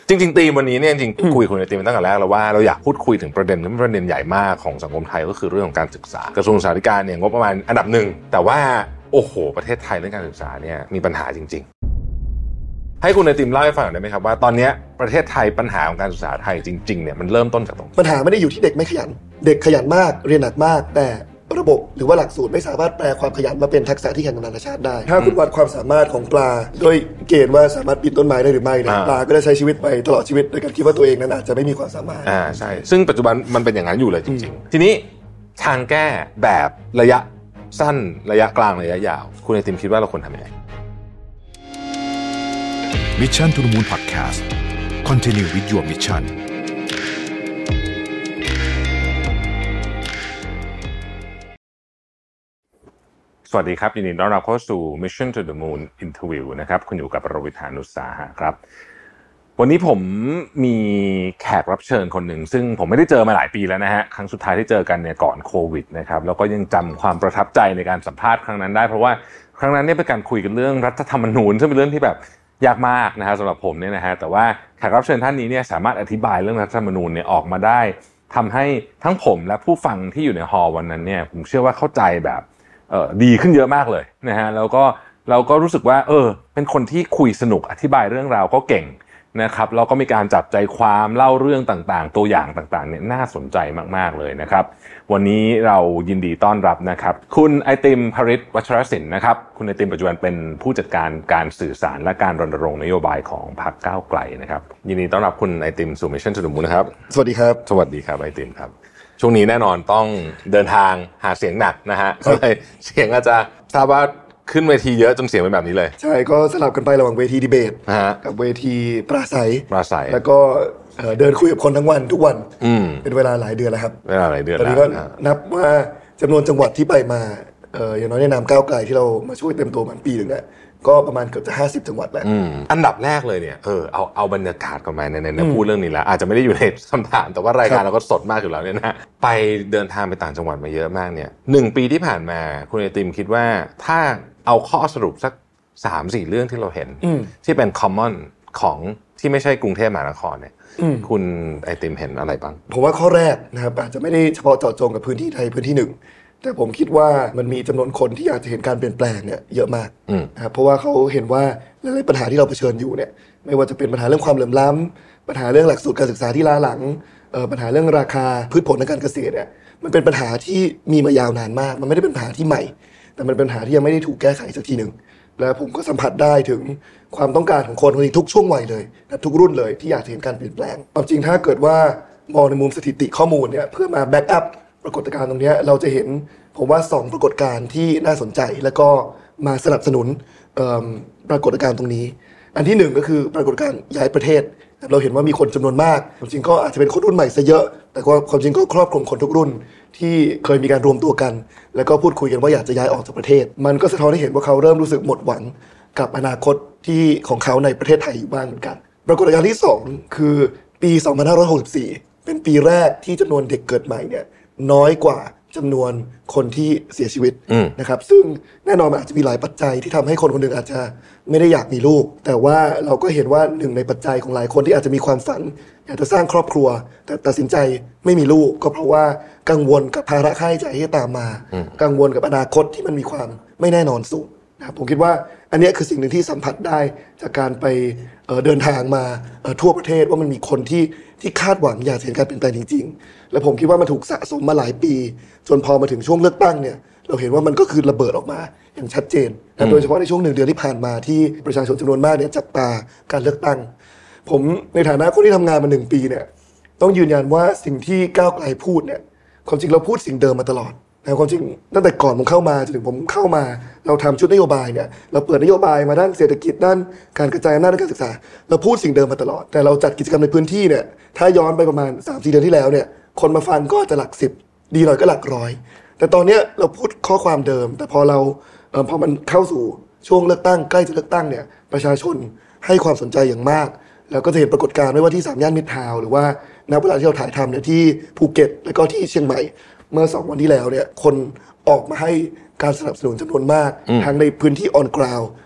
จริงๆธีมวันนี้เนี่ยจริงๆคุยคุณไอติมตั้งแต่แรกแล้วว่าเราอยากพูดคุยถึงประเด็นที่เป็นประเด็นใหญ่มากของสังคมไทยก็คือเรื่องของการศึกษากระทรวงศึกษาธิการเนี่ยงบประมาณอันดับ1แต่ว่าโอ้โหประเทศไทยเรื่องการศึกษาเนี่ยมีปัญหาจริงๆให้คุณไอติมเล่าให้ฟังได้ไหมครับว่าตอนนี้ประเทศไทยปัญหาของการศึกษาไทยจริงๆเนี่ยมันเริ่มต้นจากตรงปัญหาไม่ได้อยู่ที่เด็กไม่ขยันเด็กขยันมากเรียนหนักมากแต่ระบบหรือว่าหลักสูตรไม่สามารถแปลความขยันมาเป็นทักษะที่แข่งกับนานาชาติได้ถ้าคุณวัดความสามารถของปลาโดยเกณฑ์ว่าสามารถปีนต้นไม้ได้หรือไม่เนี่ยปลาก็จะใช้ชีวิตไปตลอดชีวิตโดยการคิดว่าตัวเองนั้นอาจจะไม่มีความสามารถใช่ซึ่งปัจจุบันมันเป็นอย่างนั้นอยู่เลยจริงๆทีนี้ทางแก้แบบระยะสั้นระยะกลางระยะยาวคุณไอติมคิดว่าเราควรทำยังไง Mission to the Moon Podcast Continue with your mission สวัสดีครับยินดีต้อนรับเข้าสู่ Mission to the Moon Interview นะครับคุณอยู่กับประวิทานุสาหะครับวันนี้ผมมีแขกรับเชิญคนหนึ่งซึ่งผมไม่ได้เจอมาหลายปีแล้วนะฮะครั้งสุดท้ายที่เจอกันเนี่ยก่อนโควิดนะครับแล้วก็ยังจำความประทับใจในการสัมภาษณ์ครั้งนั้นได้เพราะว่าครั้งนั้นเนี่ยเป็นการคุยกันเรื่องรัฐธรรมนูญซึ่งเป็นเรื่องที่แบบยากมากนะฮะสำหรับผมเนี่ยนะฮะแต่ว่าแขกรับเชิญท่านนี้เนี่ยสามารถอธิบายเรื่องรัฐธรรมนูญเนี่ยออกมาได้ทำให้ทั้งผมและผู้ฟังที่อยู่ในฮอลล์วันนั้นเนี่ยผมเชื่อว่าเข้าใจแบบดีขึ้นเยอะมากเลยนะฮะแล้วก็เราก็รู้สึกว่าเป็นคนที่คุยสนุกอธิบายเรื่องราวก็เก่งนะครับแล้วก็มีการจับใจความเล่าเรื่องต่างๆตัวอย่างต่างๆเนี่ยน่าสนใจมากๆเลยนะครับวันนี้เรายินดีต้อนรับนะครับคุณไอติมภริษฐ์วัชรศิลป์นะครับคุณไอติมปัจจุบันเป็นผู้จัดการการสื่อสารและการรณรงค์นโยบายของพรรคก้าวไกลนะครับยินดีต้อนรับคุณไอติมสู่ Mission to the Moon นะครับสวัสดีครับสวัสดีครับไอติมครับช่วงนี้แน่นอนต้องเดินทางหาเสียงหนักนะฮะก็เลยเสียงอาจจะทราบว่าขึ้นเวทีเยอะจนเสียงเป็นแบบนี้เลยใช่ก็สลับกันไประหว่างเวทีดีเบตกับเวทีปราศัยแล้วก็เดินคุยกับคนทั้งวันทุกวันเป็นเวลาหลายเดือนแล้วครับเวลาหลายเดือนตอนนี้ก็นับว่าจำนวนจังหวัดที่ไปมาอย่างน้อยในนามก้าวไกลที่เรามาช่วยเต็มตัวมันปีนึงเนี่ยก็ประมาณเกือบจะ50จังหวัดแล้วอันดับแรกเลยเนี่ยเอาบรรยากาศก่อนมาในพูดเรื่องนี้แล้วอาจจะไม่ได้อยู่ในคำถามแต่ว่ารายการเราก็สดมากอยู่แล้วเนี่ยนะไปเดินทางไปต่างจังหวัดมาเยอะมากเนี่ย1ปีที่ผ่านมาคุณไอติมคิดว่าถ้าเอาข้อสรุปสัก 3-4 เรื่องที่เราเห็นที่เป็น common ของที่ไม่ใช่กรุงเทพมหานครเนี่ยคุณไอติมเห็นอะไรบ้างผมว่าข้อแรกนะครับอาจจะไม่ได้เฉพาะเจาะจงกับพื้นที่ใดพื้นที่หนึ่งแต่ผมคิดว่ามันมีจำนวนคนที่อยากจะเห็นการเปลี่ยนแปลงเนี่ยเยอะมากนะครับเพราะว่าเขาเห็นว่าหลายๆปัญหาที่เราเผชิญอยู่เนี่ยไม่ว่าจะเป็นปัญหาเรื่องความเหลื่อมล้ำปัญหาเรื่องหลักสูตรการศึกษาที่ล้าหลังปัญหาเรื่องราคาพืชผลทางการเกษตรเนี่ยมันเป็นปัญหาที่มีมายาวนานมากมันไม่ได้เป็นปัญหาที่ใหม่แต่มันเป็นปัญหาที่ยังไม่ได้ถูกแก้ไขสักทีนึงและผมก็สัมผัสได้ถึงความต้องการของคนทุกช่วงวัยเลยนะทุกรุ่นเลยที่อยากเห็นการเปลี่ยนแปลงความจริงถ้าเกิดว่ามองในมุมสถิติข้อมูลเนี่ยเพื่อมาแบ็กอัพปรากฏการณ์ตรงนี้เราจะเห็นผมว่า2ปรากฏการณ์ที่น่าสนใจแล้วก็มาสนับสนุนปรากฏการณ์ตรงนี้อันที่1ก็คือปรากฏการณ์ย้ายประเทศเราเห็นว่ามีคนจำนวนมากความจริงก็อาจจะเป็นคนรุ่นใหม่ซะเยอะแต่ความจริงก็ครอบคลุมคนทุกรุ่นที่เคยมีการรวมตัวกันแล้วก็พูดคุยกันว่าอยากจะย้ายออกจากประเทศมันก็สะท้อนให้เห็นว่าเขาเริ่มรู้สึกหมดหวังกับอนาคตที่ของเขาในประเทศไทยอยู่บ้างเหมือนกันปรากฏการณ์ที่2คือปี2564เป็นปีแรกที่จำนวนเด็กเกิดใหม่เนี่ยน้อยกว่าจำนวนคนที่เสียชีวิตนะครับซึ่งแน่นอนมันอาจจะมีหลายปัจจัยที่ทำให้คนคนหนึ่งอาจจะไม่ได้อยากมีลูกแต่ว่าเราก็เห็นว่าหนึ่งในปัจจัยของหลายคนที่อาจจะมีความฝันอยากจะสร้างครอบครัวแต่ตัดสินใจไม่มีลูกก็เพราะว่ากังวลกับภาระค่าใช้จ่ายที่ตามมากังวลกับอนาคตที่มันมีความไม่แน่นอนสูงนะครับผมคิดว่าอันนี้คือสิ่งหนึ่งที่สัมผัสได้จากการไปเดินทางมาทั่วประเทศว่ามันมีคนที่คาดหวังอยากเห็นการเปลี่ยนแปลงจริงๆและผมคิดว่ามันถูกสะสมมาหลายปีจนพอมาถึงช่วงเลือกตั้งเนี่ยเราเห็นว่ามันก็คือระเบิดออกมาอย่างชัดเจนโดยเฉพาะในช่วง1 เดือนที่ผ่านมาที่ประชาชนจำนวนมากเนี่ยจับตาการเลือกตั้งผมในฐานะคนที่ทำงานมา1 ปีเนี่ยต้องยืนยันว่าสิ่งที่ก้าวไกลพูดเนี่ยความจริงเราพูดสิ่งเดิมมาตลอดแต่ความจริงตั้งแต่ก่อนผมเข้ามาจนถึงผมเข้ามาเราทำชุดนโยบายเนี่ยเราเปิดนโยบายมาด้านเศรษฐกิจด้านการกระจายอำนาจด้านการศึกษาเราพูดสิ่งเดิมมาตลอดแต่เราจัดกิจกรรมในพื้นที่เนี่ยถ้าย้อนไปประมาณ 3-4 เดือนที่แล้วเนี่ยคนมาฟังก็จะหลัก10ดีหน่อยก็หลักร้อยแต่ตอนนี้เราพูดข้อความเดิมแต่พอมันเข้าสู่ช่วงเลือกตั้งใกล้จะเลือกตั้งเนี่ยประชาชนให้ความสนใจอย่างมากแล้วก็จะเห็นปรากฏการณ์ไม่ว่าที่3 ย่านมิตรทาวน์หรือว่าณเวลาที่เราถ่ายทำเนี่ยที่ภูเก็ตแล้วก็ที่เชียงใหม่เมื่อ2 วันที่แล้วเนี่ยคนออกมาให้การสนับสนุนจำนวนมากทั้งในพื้นที่ออนกราวด์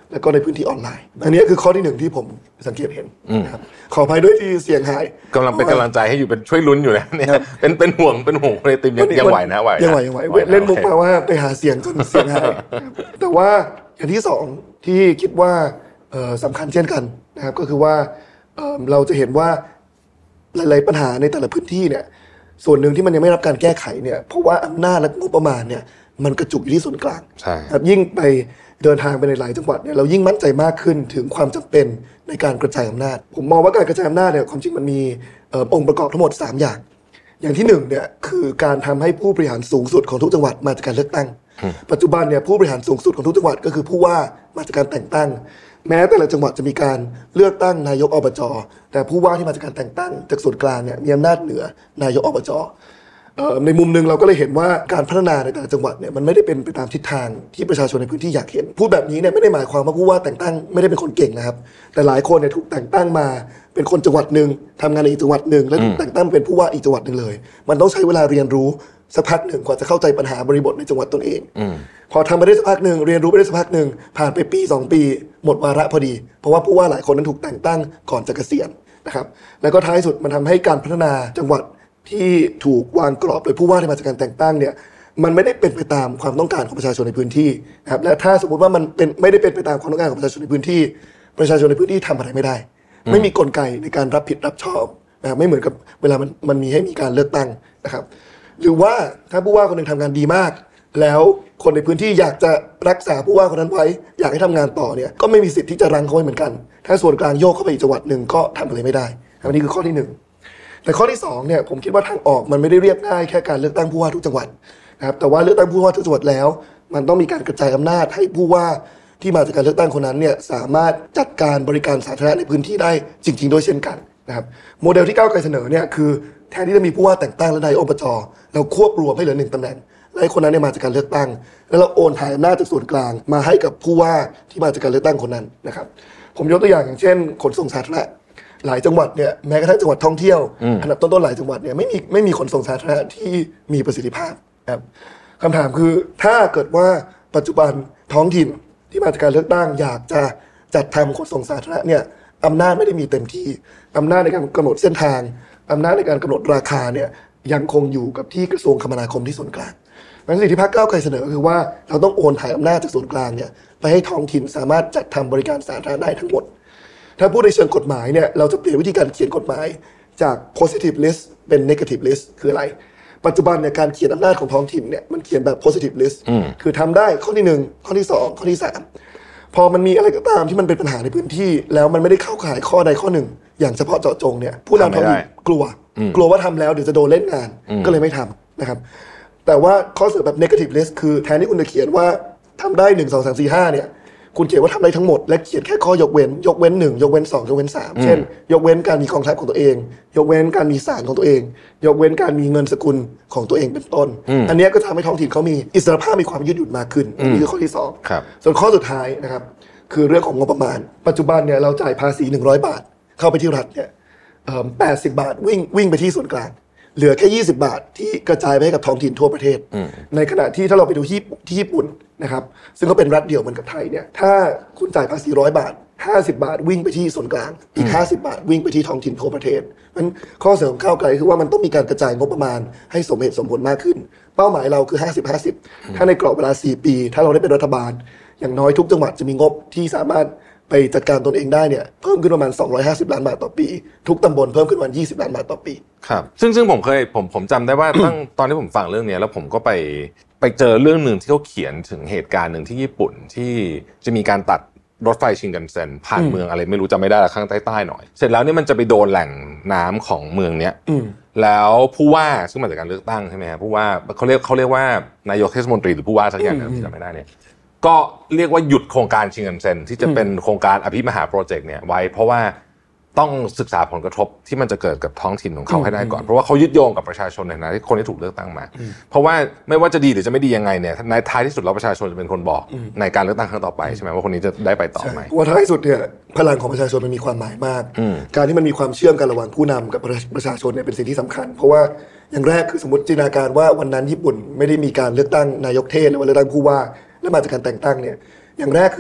แล้วก็ในพื้นที่ออนไลน์อันนี้คือข้อที่1ที่ผมสังเกตเห็นนะครับขออภัยด้วยที่เสียงหายกำลังเป็นกำลังใจให้อยู่เป็นช่วยลุ้นอยู่นะเนี่ยเป็นห่วงคนไอติมยังไหวนะยังไหวเล่นมุกมาว่าไปหาเสียงจนเสียงหายแต่ว่าอย่างที่2ที่คิดว่าสำคัญเช่นกันนะครับก็คือว่าเราจะเห็นว่าหลายๆปัญหาในแต่ละพื้นที่เนี่ยส่วนหนึ่งที่มันยังไม่รับการแก้ไขเนี่ยเพราะว่าอำนาจและงบประมาณเนี่ยมันกระจุกอยู่ที่ส่วนกลางครับยิ่งไปเดินทางไปในหลายจังหวัดเนี่ยเรายิ่งมั่นใจมากขึ้นถึงความจำเป็นในการกระจายอำนาจผมมองว่าการกระจายอำนาจเนี่ยความจริงมันมีองค์ประกอบทั้งหมด3อย่างที่1เนี่ยคือการทำให้ผู้บริหารสูงสุดของทุกจังหวัดมาจากการเลือกตั้งปัจจุบันเนี่ยผู้บริหารสูงสุดของทุกจังหวัดก็คือผู้ว่ามาจากการแต่งตั้งแม้แต่ละจังหวัดจะมีการเลือกตั้งนายกอบจ.แต่ผู้ว่าที่มาจากการแต่งตั้งจากส่วนกลางเนี่ยมีอำนาจเหนือนายกอบจ.ในมุมนึงเราก็เลยเห็นว่าการพัฒนาในแต่ละจังหวัดเนี่ยมันไม่ได้เป็นไปตามทิศทางที่ประชาชนในพื้นที่อยากเห็นพูดแบบนี้เนี่ยไม่ได้หมายความว่าผู้ว่าแต่งตั้งไม่ได้เป็นคนเก่งนะครับแต่หลายคนเนี่ยถูกแต่งตั้งมาเป็นคนจังหวัดนึงทำงานในอีกจังหวัดนึงแล้วถูกแต่งตั้งเป็นผู้ว่าอีกจังหวัดนึงเลยมันต้องใช้เวลาเรียนรู้สักพักหนึ่งกว่าจะเข้าใจปัญหาบริบทในจังหวัดตนเองพอทำไปได้สักพักหนึ่งเรียนรู้ไปได้สักพักหนึ่งผ่านไปปี2ปีหมดวาระพอดีเพราะว่าผู้ว่าหลายคนนั้นถูกแต่งตั้งก่อนจะเกษียณนะครับแล้วก็ท้ายสุดมันทำให้การพัฒนาจังหวัดที่ถูกวางกรอบโดยผู้ว่าที่มาจากการแต่งตั้งเนี่ยมันไม่ได้เป็นไปตามความต้องการของประชาชนในพื้นที่นะครับและถ้าสมมติว่ามันไม่ได้เป็นไปตามความต้องการของประชาชนในพื้นที่ประชาชนในพื้นที่ทำอะไรไม่ได้ไม่มีกลไกในการรับผิดรับชอบนะครับไม่เหมือนกับเวลามันมีให้มีการเลือกตั้งนะครับหรือว่าถ้าผู้ว่าคนหนึ่งทำงานดีมากแล้วคนในพื้นที่อยากจะรักษาผู้ว่าคนนั้นไว้อยากให้ทำงานต่อเนี่ยก็ไม่มีสิทธิ์ที่จะรั้งเขาไว้เหมือนกันถ้าส่วนกลางโยกเข้าไปอีกจังหวัดหนึ่งก็ทำอะไรไม่ได้อันนี้คือข้อที่1แต่ข้อที่2เนี่ยผมคิดว่าทางออกมันไม่ได้เรียบง่ายแค่การเลือกตั้งผู้ว่าทุกจังหวัดนะครับแต่ว่าเลือกตั้งผู้ว่าทุกจังหวัดแล้วมันต้องมีการกระจายอำนาจให้ผู้ว่าที่มาจากการเลือกตั้งคนนั้นเนี่ยสามารถจัดการบริการสาธารณะในพื้นที่ได้จริงๆด้วยเช่นกันนะครับโมเดลที่ก้าวไกลเสนอเนี่ยคือแทนที่จะมีผู้ว่าแต่งตั้งและนายกอบจ.เราควบรวมให้เหลือ1ตำแหน่งและให้คนนั้นเนี่ยมาจากการเลือกตั้งแล้วเราโอนถ่ายอำนาจจากส่วนกลางมาให้กับผู้ว่าที่มาจากการเลือกตั้งคนนั้นนะครับผมยกตัวอย่างเช่นขนส่งสาธารณะหลายจังหวัดเนี่ยแม้กระทั่งจังหวัดท่องเที่ยวอันดับต้นๆหลายจังหวัดเนี่ยไม่มีขนส่งสาธารณะที่มีประสิทธิภาพครับคำถามคือถ้าเกิดว่าปัจจุบันท้องถิ่นที่มาจากการเลือกตั้งอยากจะจัดทำขนส่งสาธารณะเนี่ยอำนาจไม่ได้มีเต็มที่อำนาจในการกำหนดเส้นทางอำนาจในการกำหนดราคาเนี่ยยังคงอยู่กับที่กระทรวงคมนาคมที่ส่วนกลางสิ่งที่พรรคก้าวไกลเสนอคือว่าเราต้องโอนถ่ายอำนาจจากส่วนกลางเนี่ยไปให้ท้องถิ่นสามารถจัดทำบริการสาธารณะได้ทั้งหมดถ้าพูดในเชิงกฎหมายเนี่ยเราจะเปลี่ยนวิธีการเขียนกฎหมายจาก positive list เป็น negative list คืออะไรปัจจุบันเนี่ยการเขียนอำนาจของท้องถิ่นเนี่ยมันเขียนแบบ positive list คือทำได้ข้อที่1ข้อที่2ข้อที่3พอมันมีอะไรก็ตามที่มันเป็นปัญหาในพื้นที่แล้วมันไม่ได้เข้าข่ายข้อใดข้อหนึ่งอย่างเฉพาะเจาะจงเนี่ยผู้นำท้องถิ่นกลัวว่าทำแล้วเดี๋ยวจะโดนเล่นงานก็เลยไม่ทำนะครับแต่ว่าข้อเสนอแบบ negative list คือแทนที่คุณจะเขียนว่าทำได้1 2 3 4 5เนี่ยคุณเขียนว่าทำได้ทั้งหมดและเขียนแค่ข้อยกเว้น1ยกเว้น2ยกเว้น3เช่นยกเว้นการมีกองทัพของตัวเองยกเว้นการมีศาลของตัวเองยกเว้นการมีเงินสกุลของตัวเองเป็นต้นอันนี้ก็ทำให้ท้องถิ่นเขามีอิสรภาพมีความยืดหยุ่นมากขึ้นนี่คือข้อที่2ส่วนข้อสุดท้ายนะครับคือเรื่องของงบประมาณปัจจุบันเนี่ยเราจ่ายภาษี100 บาทเข้าไปที่รัฐเนี่ย80 บาทวิ่งไปที่ส่วนกลางเหลือแค่20 บาทที่กระจายไปให้กับท้องถิ่นทั่วประเทศในขณะที่ถ้าเราไปดูที่ญี่ปุ่นนะครับซึ่งก็เป็นรัฐเดียวเหมือนกับไทยเนี่ยถ้าคุณจ่ายภาษี100 บาท50 บาทวิ่งไปที่ส่วนกลางอีก50 บาทวิ่งไปที่ท้องถิ่นทั่วประเทศงั้นข้อเสนอของก้าวไกลคือว่ามันต้องมีการกระจายงบประมาณให้สมเหตุสมผลมากขึ้นเป้าหมายเราคือ50-50ถ้าในกรอบเวลา4 ปีถ้าเราได้เป็นรัฐบาลอย่างน้อยทุกจังหวัดจะมีงบที่สามารถไปจัดการตนเองได้เนี่ยเพิ่มขึ้นประมาณ250 ล้านบาทต่อปีทุกตำบลเพิ่มขึ้นประมาณ20 ล้านบาทต่อปีครับซึ่งผมจำได้ว่า ตั้งตอนที่ผมฟังเรื่องนี้แล้วผมก็ไปเจอเรื่องนึงที่เขาเขียนถึงเหตุการณ์นึงที่ญี่ปุ่นที่จะมีการตัดรถไฟชินคันเซ็นผ่านเมืองอะไรไม่รู้จำไม่ได้ละข้างใต้ๆหน่อยเสร็จแล้วนี่มันจะไปโดนแหล่งน้ำของเมืองเนี้ยแล้วผู้ว่าซึ่งมาจากการเลือกตั้งใช่ไหมครับผู้ว่าเขาเรียกว่านายกเทศมนตรีหรือผู้ว่าสักอย่างนึงจำไม่ได้เนี่ยก็เรียกว่าหยุดโครงการชินคันเซ็นที่จะเป็นโครงการอภิมหาโปรเจกต์เนี่ยไว้เพราะว่าต้องศึกษาผลกระทบที่มันจะเกิดกับท้องถิ่นของเขาให้ได้ก่อนเพราะว่าเขายึดโยงกับประชาชนในฐานะที่คนที่ถูกเลือกตั้งมาเพราะว่าไม่ว่าจะดีหรือจะไม่ดียังไงเนี่ยในท้ายที่สุดแล้วประชาชนจะเป็นคนบอกในการเลือกตั้งครั้งต่อไปใช่ไหมว่าคนนี้จะได้ไปต่อไหมว่าท้ายสุดเนี่ยพลังของประชาชนมันมีความหมายมากการที่มันมีความเชื่อมกันระหว่างผู้นำกับประชาชนเนี่ยเป็นสิ่งที่สำคัญเพราะว่าอย่างแรกคือสมมติจินตนาการว่าวันนั้นญี่ปุ่นไม่ได้มีการเลือกตั้งนายกเทศหรือว่าเลือกตั้งผู้ว่าและมาจากการแต่งตั้งเนี่ยอย่างแรกคือ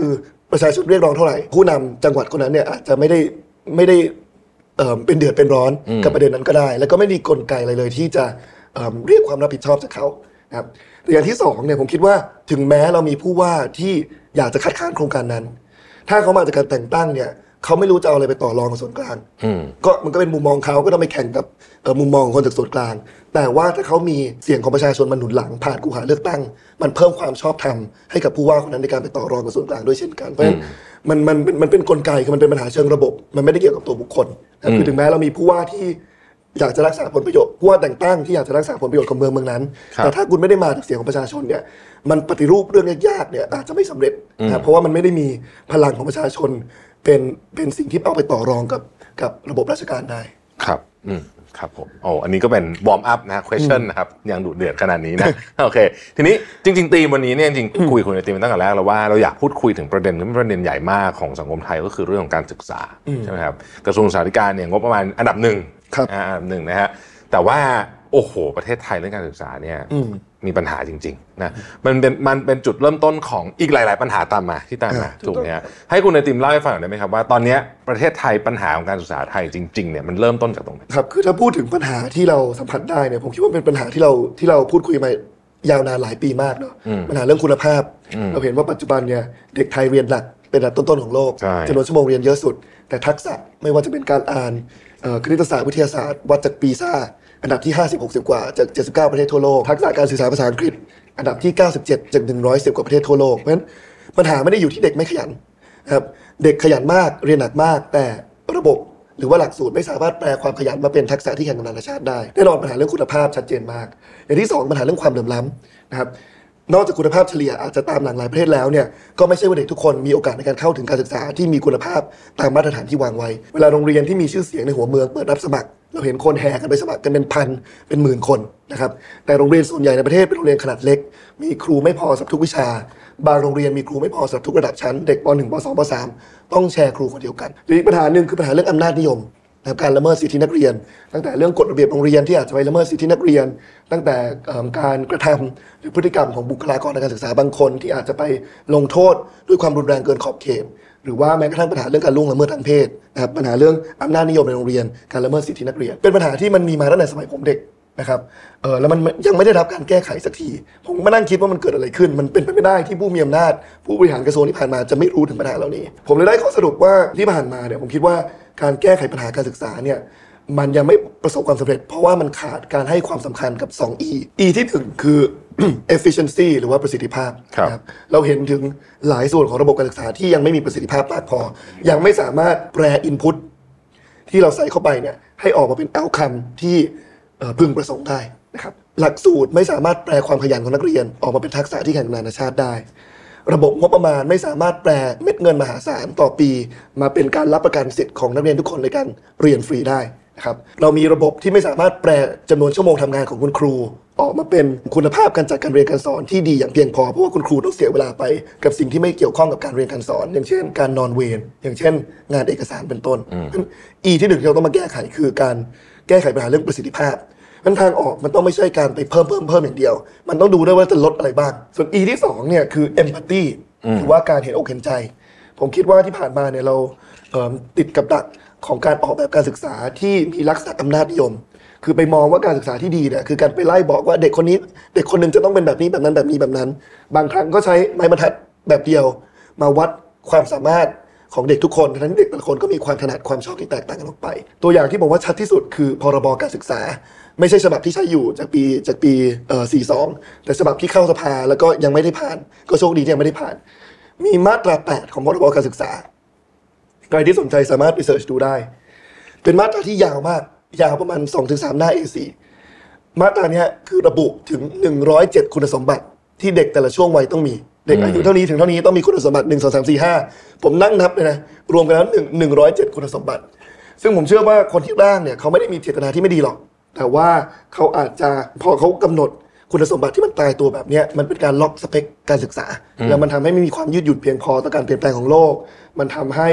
ประชาชนเรียกร้องเท่าไหร่ผู้นำจังหวัดคนนั้นเนี่ยอาจจะไม่ได้เป็นเดือดเป็นร้อนกับประเด็นนั้นก็ได้แล้วก็ไม่มีกลไกอะไรเลยที่จะเรียกความรับผิดชอบจากเขานะครับแต่อย่างที่สองเนี่ยผมคิดว่าถึงแม้เรามีผู้ว่าที่อยากจะคัดค้านโครงการนั้นถ้าเขามาจากการแต่งตั้งเนี่ยเขาไม่รู้จะเอาอะไรไปต่อรองกับส่วนกลางก็มันก็เป็นมุมมองเขาก็ต้องไปแข่งกับมุมมองของคนจากส่วนกลางแต่ว่าถ้าเขามีเสียงของประชาชนมาหนุนหลังผ่านกูหาเลือกตั้งมันเพิ่มความชอบธรรมให้กับผู้ว่าคนนั้นในการไปต่อรองกับส่วนกลางด้วยเช่นกันเพราะฉะนั้นมันเป็นกลไกคือมันเป็นปัญหาเชิงระบบมันไม่ได้เกี่ยวกับตัวบุคคลคือถึงแม้เรามีผู้ว่าที่อยากจะรักษาผลประโยชน์ผู้ว่าแต่งตั้งที่อยากจะรักษาผลประโยชน์ของเมืองนั้นแต่ถ้าคุณไม่ได้มาจากเสียงของประชาชนเนี่ยมันปฏิรูปเรื่องยากๆเนี่ยอาจจะไม่สำเร็จนะเพราะว่ามันไม่ได้มีพลังของประชาชนเป็นสิ่งที่เอาไปต่อรองกับระบบราชการได้ครับครับผมอันนี้ก็เป็นวอร์มอัพนะ question นะครับยังดุเดือดขนาดนี้นะโอเคทีนี้จริงๆธีมวันนี้เนี่ยจริงๆคุยในธีมตั้งแต่แรกแล้วว่าเราอยากพูดคุยถึงประเด็นที่เป็นประเด็นใหญ่มากของสังคมไทยก็คือเรื่องของการศึกษาใช่ไหมครับกระทรวงศึกษาธิการเนี่ยงบประมาณอันดับหนึ่งนะฮะแต่ว่าโอ้โหประเทศไทยเรื่องการศึกษาเนี่ยมีปัญหาจริงๆนะมันเป็นจุดเริ่มต้นของอีกหลายๆปัญหาตามมาถูกไหมฮะให้คุณในทีมเล่าให้ฟังหน่อยได้ไหมครับว่าตอนนี้ประเทศไทยปัญหาของการศึกษาไทยจริงๆเนี่ยมันเริ่มต้นจากตรงไหนครับคือถ้าพูดถึงปัญหาที่เราสัมผัสได้เนี่ยผมคิดว่าเป็นปัญหาที่เราพูดคุยมายาวนานหลายปีมากเนาะปัญหาเรื่องคุณภาพเราเห็นว่าปัจจุบันเนี่ยเด็กไทยเรียนหนักเป็นอันดับต้นๆของโลกจำนวนชั่วโมงเรียนเยอะสุดแต่ทักษะไม่ว่าจะเป็นการอ่านคณิตศาสตร์วิทยาศาสตร์วัดจากปีซ่าอันดับที่50-60กว่าจาก79ประเทศทั่วโลกทักษะการสื่อสารภาษาอังกฤษอันดับที่97จาก110กว่าประเทศทั่วโลกเพราะฉะนั้นปัญหาไม่ได้อยู่ที่เด็กไม่ขยันครับเด็กขยันมากเรียนหนักมากแต่ระบบหรือว่าหลักสูตรไม่สามารถแปลความขยันมาเป็นทักษะที่แข่งกับนานาชาติได้แน่นอนปัญหาเรื่องคุณภาพชัดเจนมากอย่างที่2ปัญหาเรื่องความเหลื่อมล้ำนะครับนอกจากคุณภาพเฉลี่ยอาจจะตามหลังหลายประเทศแล้วเนี่ยก็ไม่ใช่ว่าเด็กทุกคนมีโอกาสในการเข้าถึงการศึกษาที่มีคุณภาพตามมาตรฐานที่วางไว้เวลาโรงเรียนที่มีชื่อเสียงในหัวเมืองเปิดรับสมัครเราเห็นคนแห่กันไปสมัครกันเป็นพันเป็นหมื่นคนนะครับแต่โรงเรียนส่วนใหญ่ในประเทศเป็นโรงเรียนขนาดเล็กมีครูไม่พอสำหรับทุกวิชาบางโรงเรียนมีครูไม่พอสำหรับทุกระดับชั้นเด็กป.1 ป.2 ป.3 ต้องแชร์ครูคนเดียวกันอีกปัญหาหนึ่งคือปัญหาเรื่องอำนาจนิยมการละเมิดสิทธินักเรียนตั้งแต่เรื่องกฎระเบียบโรงเรียนที่อาจจะไปละเมิดสิทธินักเรียนตั้งแต่การกระทำหรือพฤติกรรมของบุคลากรในการศึกษาบางคนที่อาจจะไปลงโทษด้วยความรุนแรงเกินขอบเขตหรือว่าแม้กระทั่งปัญหาเรื่องการล่วงละเมิดทางเพศนะครับปัญหาเรื่องอำนาจนิยมในโรงเรียนการละเมิดสิทธินักเรียนเป็นปัญหาที่มันมีมาตั้งแต่สมัยผมเด็กนะครับแล้วมันยังไม่ได้รับการแก้ไขสักทีผมมานั่งคิดว่ามันเกิดอะไรขึ้นมันเป็นไปไม่ได้ที่ผู้มีอำนาจผู้บริหารกระทรวงที่ผ่านมาจะไม่รู้ถึงปัญหาเหล่านี้ผมเลยได้ข้อสรุปว่าที่ผ่านมาเนี่ยผมคิดว่าการแก้ไขปัญหาการศึกษาเนี่ยมันยังไม่ประสบความสำเร็จเพราะว่ามันขาดการให้ความสำคัญกับ 2E E ที่1คือ efficiency หรือว่าประสิทธิภาพครับเราเห็นถึงหลายส่วนของระบบการศึกษาที่ยังไม่มีประสิทธิภาพมากพอยังไม่สามารถแปล input ที่เราใส่เข้าไปเนี่ยให้ออกมาเป็น outcome ที่พึงประสงค์ได้นะครับหลักสูตรไม่สามารถแปลความขยันของนักเรียนออกมาเป็นทักษะที่แข่งกับนานาชาติได้ระบบงบประมาณไม่สามารถแปลเม็ดเงินมหาศาลต่อปีมาเป็นการรับประกันสิทธิ์ของนักเรียนทุกคนในการเรียนฟรีได้นะครับเรามีระบบที่ไม่สามารถแปลจำนวนชั่วโมงทำงานของคุณครูออกมาเป็นคุณภาพการจัดการเรียนการสอนที่ดีอย่างเพียงพอเพราะว่าคุณครูต้องเสียเวลาไปกับสิ่งที่ไม่เกี่ยวข้องกับการเรียนการสอนอย่างเช่นการนอนเวรอย่างเช่นงานเอกสารเป็นต้นอีที่1ที่เราต้องมาแก้ไขคือการแก้ไขปัญหาเรื่องประสิทธิภาพมันทางออกมันต้องไม่ใช่การไปเพิ่มอย่างเดียวมันต้องดูด้วยว่าจะลดอะไรบ้างส่วน E ที่2เนี่ยคือ empathy หรือว่าการเห็นอกเห็นใจผมคิดว่าที่ผ่านมาเนี่ยเราติดกับดักของการออกแบบการศึกษาที่มีลักษณะอำนาจนิยมคือไปมองว่าการศึกษาที่ดีเนี่ยคือการไปไล่บอกว่าเด็กคนนี้เด็กคนนึงจะต้องเป็นแบบนี้แบบนั้นแบบนี้แบบนั้นบางครั้งก็ใช้ไม้บรรทัดแบบเดียวมาวัดความสามารถของเด็กทุกคนทั้งเด็กแต่ละคนก็มีความถนัดความชอบที่แตกต่างกันออกไปตัวอย่างที่ผมว่าชัดที่สุดคือพรบการศึกษาไม่ใช่ฉบับที่ใช้อยู่จากปี42แต่ฉบับที่เข้าสภาแล้วก็ยังไม่ได้ผ่านก็โชคดีที่ยังไม่ได้ผ่านมีมาตรา8ของพรบการศึกษาใครที่สนใจสามารถไปเสิร์ชดูได้เป็นมาตราที่ยาวมากยาวประมาณ 2-3 หน้า A4 มาตรานี้คือระบุถึง107คุณสมบัติที่เด็กแต่ละช่วงวัยต้องมีเด็กอายุเท่านี้ถึงเท่านี้ต้องมีคุณสมบัติ1 2 3 4 5ผมนั่งนับเลยนะรวมกันแล้ว107คุณสมบัติซึ่งผมเชื่อว่าคนที่ร่างเนี่ยเขาไม่ได้มีเจตนาที่ไม่ดีหรอกแต่ว่าเขาอาจจะพอเขากำหนดคุณสมบัติที่มันตายตัวแบบนี้มันเป็นการล็อกสเปคการศึกษาแล้วมันทำให้ไม่มีความยืดหยุ่นเพียงพอต่อการเปลี่ยนแปลงของโลกมันทำให้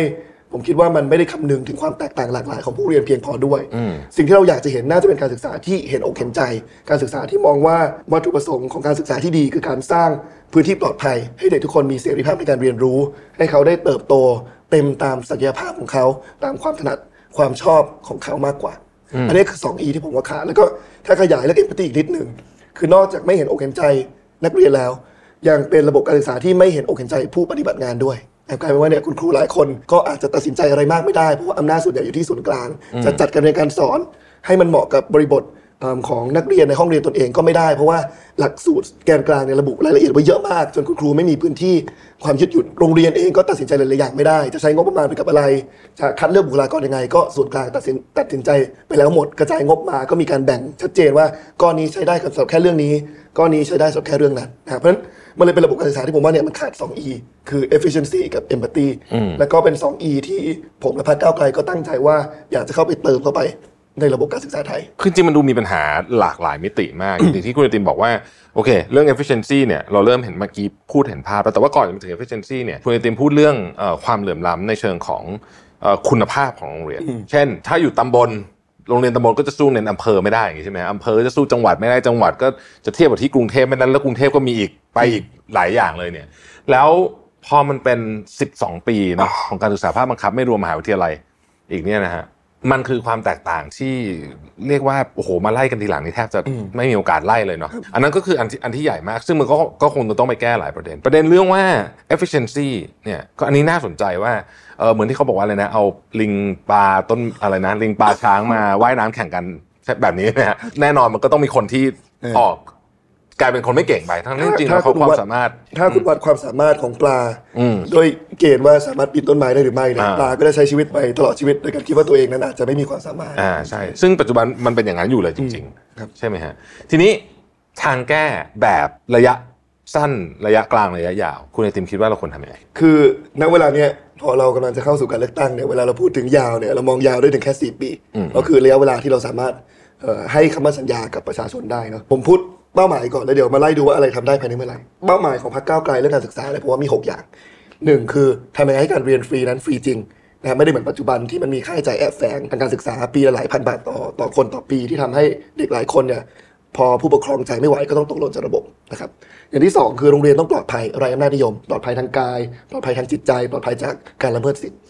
ผมคิดว่ามันไม่ได้คำนึงถึงความแตกต่างหลากหลายของผู้เรียนเพียงพอด้วยสิ่งที่เราอยากจะเห็นน่าจะเป็นการศึกษาที่เห็นอกเห็นใจการศึกษาที่มองว่าวัตถุประสงค์ของการศึกษาที่ดีคือการสร้างพื้นที่ปลอดภัยให้เด็กทุกคนมีเสรีภาพในการเรียนรู้ให้เขาได้เติบโตเต็มตามศักยภาพของเขาตามความถนัดความชอบของเขามากกว่าอันนี้คือ 2E ที่ผมว่าขาดแล้วก็ถ้าขยายแล้วเอ็มพัตตี้อีกนิดนึงคือนอกจากไม่เห็นอกเห็นใจนักเรียนแล้วยังเป็นระบบการศึกษาที่ไม่เห็นอกเห็นใจผู้ปฏิบัติงานด้วยกลายเป็นว่าเนี่ยคุณครูหลายคนก็อาจจะตัดสินใจอะไรมากไม่ได้เพราะว่าอำนาจส่วนใหญ่อยู่ที่ศูนย์กลางจะจัดการเรียนการสอนให้มันเหมาะกับบริบทของนักเรียนในห้องเรียนตนเองก็ไม่ได้เพราะว่าหลักสูตรแกนกลางเนี่ยระบุรายละเอียดไว้เยอะมากจนคุณครูไม่มีพื้นที่ความยืดหยุ่นโรงเรียนเองก็ตัดสินใจหลายๆอย่างไม่ได้จะใช้งบประมาณไปกับอะไรจะคัดเลือกบุคลากรยังไงก็ส่วนกลางตัดสินใจไปแล้วหมดกระจายงบมาก็มีการแบ่งชัดเจนว่าก้อนนี้ใช้ได้สำหรับแค่เรื่องนี้ก้อนนี้ใช้ได้สำหรับแค่เรื่องนั้นเพราะฉะนั้นมันเลยเป็นระบบการศึกษาที่ผมว่าเนี่ยมันขาด 2E คือ efficiency กับ empathy แล้วก็เป็น 2E ที่ผมและพรรคก้าวไกลก็ตั้งใจว่าอยากจะเข้าไปเติมเข้าไปในระบบการศึกษาไทยคือจริงมันดูมีปัญหาหลากหลายมิติมาก อย่างที่คุณติมบอกว่าโอเคเรื่อง efficiency เนี่ยเราเริ่มเห็นเมื่อกี้พูดเห็นภาพแล้วแต่ว่าก่อนจะถึง efficiency เนี่ยคุณติมพูดเรื่องความเหลื่อมล้ำในเชิงของคุณภาพของโรงเรียนเช่นถ้าอยู่ตำบลโรงเรียนตำบลก็จะสู้ในอำเภอไม่ได้อย่างนี้ใช่ไหมอำเภอจะสู้จังหวัดไม่ได้จังหวัดก็จะเทียบกับที่กรุงเทพไม่นั้นแล้วกรุงเทพก็มีอีกไปอีกหลายอย่างเลยเนี่ยแล้วพอมันเป็น12ปีเนาะของการศึกษาภาคบังคับไม่รวมมหาวิทยาลัยอีกเนี่ยนะฮะมันคือความแตกต่างที่เรียกว่าโอ้โหมาไล่กันทีหลังนี่แทบจะไม่มีโอกาสไล่เลยเนาะอันนั้นก็คืออันที่ใหญ่มากซึ่งมันก็คงจะต้องไปแก้หลายประเด็นเรื่องว่า efficiency เนี่ยก็อันนี้น่าสนใจว่าเหมือนที่เขาบอกว่าอะไรนะเอาลิงปลาต้นอะไรนะลิงปลาช้างมาว่ายน้ำแข่งกันแบบนี้นะฮะแน่นอนมันก็ต้องมีคนที่ออกกลายเป็นคนไม่เก่งไปทั้งนี้จริงๆแล้วเขาความสามารถถ้าคุณวัดความสามารถของปลาโดยเกณฑ์ว่าสามารถปีนต้นไม้ได้หรือไม่เนี่ยปลาก็ได้ใช้ชีวิตไปตลอดชีวิตโดยการคิดว่าตัวเองนั้นอาจจะไม่มีความสามารถใช่ซึ่งปัจจุบันมันเป็นอย่างนั้นอยู่เลยจริงๆใช่ไหมฮะทีนี้ทางแก้แบบระยะสั้นระยะกลางระยะยาวคุณไอติมคิดว่าเราควรทำยังไงคือณเวลาเนี้ยพอเรากำลังจะเข้าสู่การเลือกตั้งเนี่ยเวลาเราพูดถึงยาวเนี่ยเรามองยาวได้ถึงแค่4ปีก็คือระยะเวลาที่เราสามารถให้คำมั่นสัญญากับประชาชนได้เนาะผมพูดเป้าหมายก่อนแล้วเดี๋ยวมาไล่ดูว่าอะไรทำได้ภายในเมื่อไหร่เป้าหมายของพรรคก้าวไกลเรื่องการศึกษาเนี่ยผมว่ามี6อย่าง1คือทำยังไงให้การเรียนฟรีนั้นฟรีจริงนะไม่ได้เหมือนปัจจุบันที่มันมีค่าใช้จ่ายแอบแฝงทางการศึกษาปีละหลายพันบาทต่อคนต่อปีที่ทำให้เด็กหลายคนเนี่ยพอผู้ปกครองจ่ายไม่ไหวก็ต้องตกหล่นจากระบบนะครับอย่างที่2คือโรงเรียนต้องปลอดภัยไร้อำนาจนิยมปลอดภัยทางกายปลอดภัยทางจิตใจปลอดภัยจากการละเมิดสิทธิ์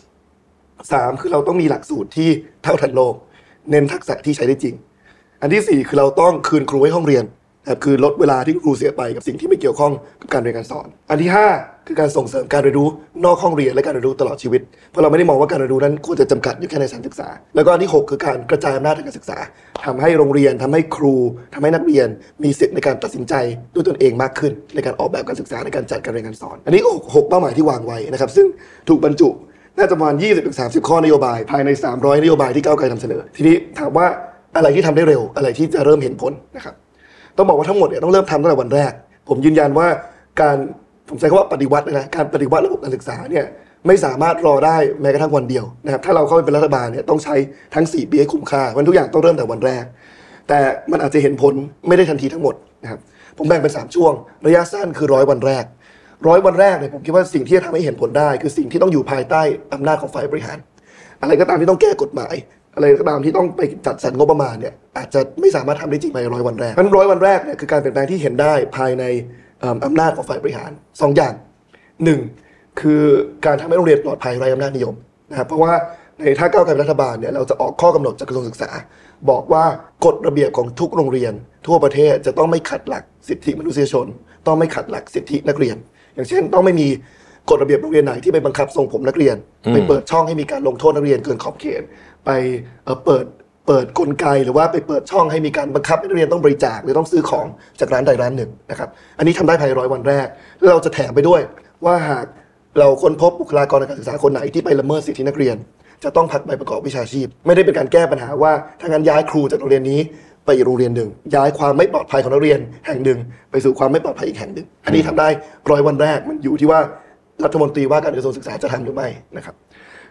3คือเราต้องมีหลักสูตรที่เท่าทันโลกเน้นทักษะที่ใช้ได้จริงอันที่4คือเราต้องคืนครูให้ห้องเรียนคือลดเวลาที่ครูเสียไปกับสิ่งที่ไม่เกี่ยวข้องกับการเรียนการสอนอันที่5คือการส่งเสริมการเรียนรู้นอกห้องเรียนและการเรียนรู้ตลอดชีวิตเพราะเราไม่ได้มองว่าการเรียนรู้นั้นควรจะจำกัดอยู่แค่ในสถานศึกษาแล้วก็อันที่6คือการกระจายอำนาจทางการศึกษาทำให้โรงเรียนทำให้ครูทำให้นักเรียนมีสิทธิ์ในการตัดสินใจด้วยตนเองมากขึ้นในการออกแบบการศึกษาในการจัดการเรียนการสอนอันนี้6เป้าหมายที่วางไว้นะครับซึ่งถูกบรรจุน่าจะประมาณ 20-30 ข้อนโยบายภายใน300นโยบายที่ก้าวไกลนำเสนอทีนี้ถามว่าอะไรที่ทำได้เร็วอะไรที่จะเริ่มเห็นผลนะครับต้องบอกว่าทั้งหมดเนี่ยต้องเริ่มทำตั้งแต่วันแรกผมยืนยันว่าผมใช้คำว่าปฏิวัตินะการปฏิวัติระบบการศึกษาเนี่ยไม่สามารถรอได้แม้กระทั่งวันเดียวนะครับถ้าเราเข้าไปเป็นรัฐบาลเนี่ยต้องใช้ทั้ง4ปีให้คุ้มค่าวันทุกอย่างต้องเริ่มแต่วันแรกแต่มันอาจจะเห็นผลไม่ได้ทันทีทั้งหมดนะครับผมแบ่งเป็น3ช่วงระยะสั้นคือ100วันแรก100วันแรกเนี่ยผมคิดว่าสิ่งที่จะทำให้เห็นผลได้คือสิ่งที่ต้องอยู่ภายใต้อำนาจของฝ่ายบริหารอะไรก็ตามที่ต้องแก้กฎหมายอะไรก็ตามที่ต้องไปจัดสรรงบประมาณเนี่ยอาจจะไม่สามารถทำได้จริงภายใน100วันแรกเพราะฉะนั้น100วันแรกเนี่ยคือการเปลี่ยนแปลงที่เห็นได้ภายในอำนาจของฝ่ายบริหาร2อย่าง1คือการทำให้โรงเรียนปลอดภัยไร้อำนาจนิยมนะครับเพราะว่าในถ้าก้าวไกลเป็นรัฐบาลเนี่ยเราจะออกข้อกำหนดจากกระทรวงศึกษาบอกว่ากฎระเบียบของทุกโรงเรียนทั่วประเทศจะต้องไม่ขัดหลักสิทธิมนุษยชนต้องไม่ขัดหลักสิทธินักเรียนอย่างเช่นต้องไม่มีกฎระเบียบโรงเรียนไหนที่ไปบังคับทรงผมนักเรียนไปเปิดช่องให้มีการลงโทษนักเรียนเกินขอบเขตไปเปิดกลไกหรือว่าไปเปิดช่องให้มีการบังคับให้นักเรียนต้องบริจาคหรือต้องซื้อของจากร้านใดร้านหนึ่งนะครับอันนี้ทำได้ภายใน100วันแรกแล้วเราจะแถมไปด้วยว่าหากเราค้นพบบุคลากรทางการศึกษาคนไหนที่ไปละเมิดสิทธินักเรียนจะต้องพักใบประกอบวิชาชีพไม่ได้เป็นการแก้ปัญหาว่าถ้างั้นย้ายครูจากโรงเรียนนี้ไปอีกโรงเรียนหนึ่งย้ายความไม่ปลอดภัยของนักเรียนแห่งหนึ่งไปสู่ความไม่ปลอดภัยอีกแห่งหนึ่งอันนี้ทำได้100วันแรกมันอยู่ที่ว่ารัฐมนตรีว่าการกระทรวงศึกษาจะทำหรือไม่นะครับ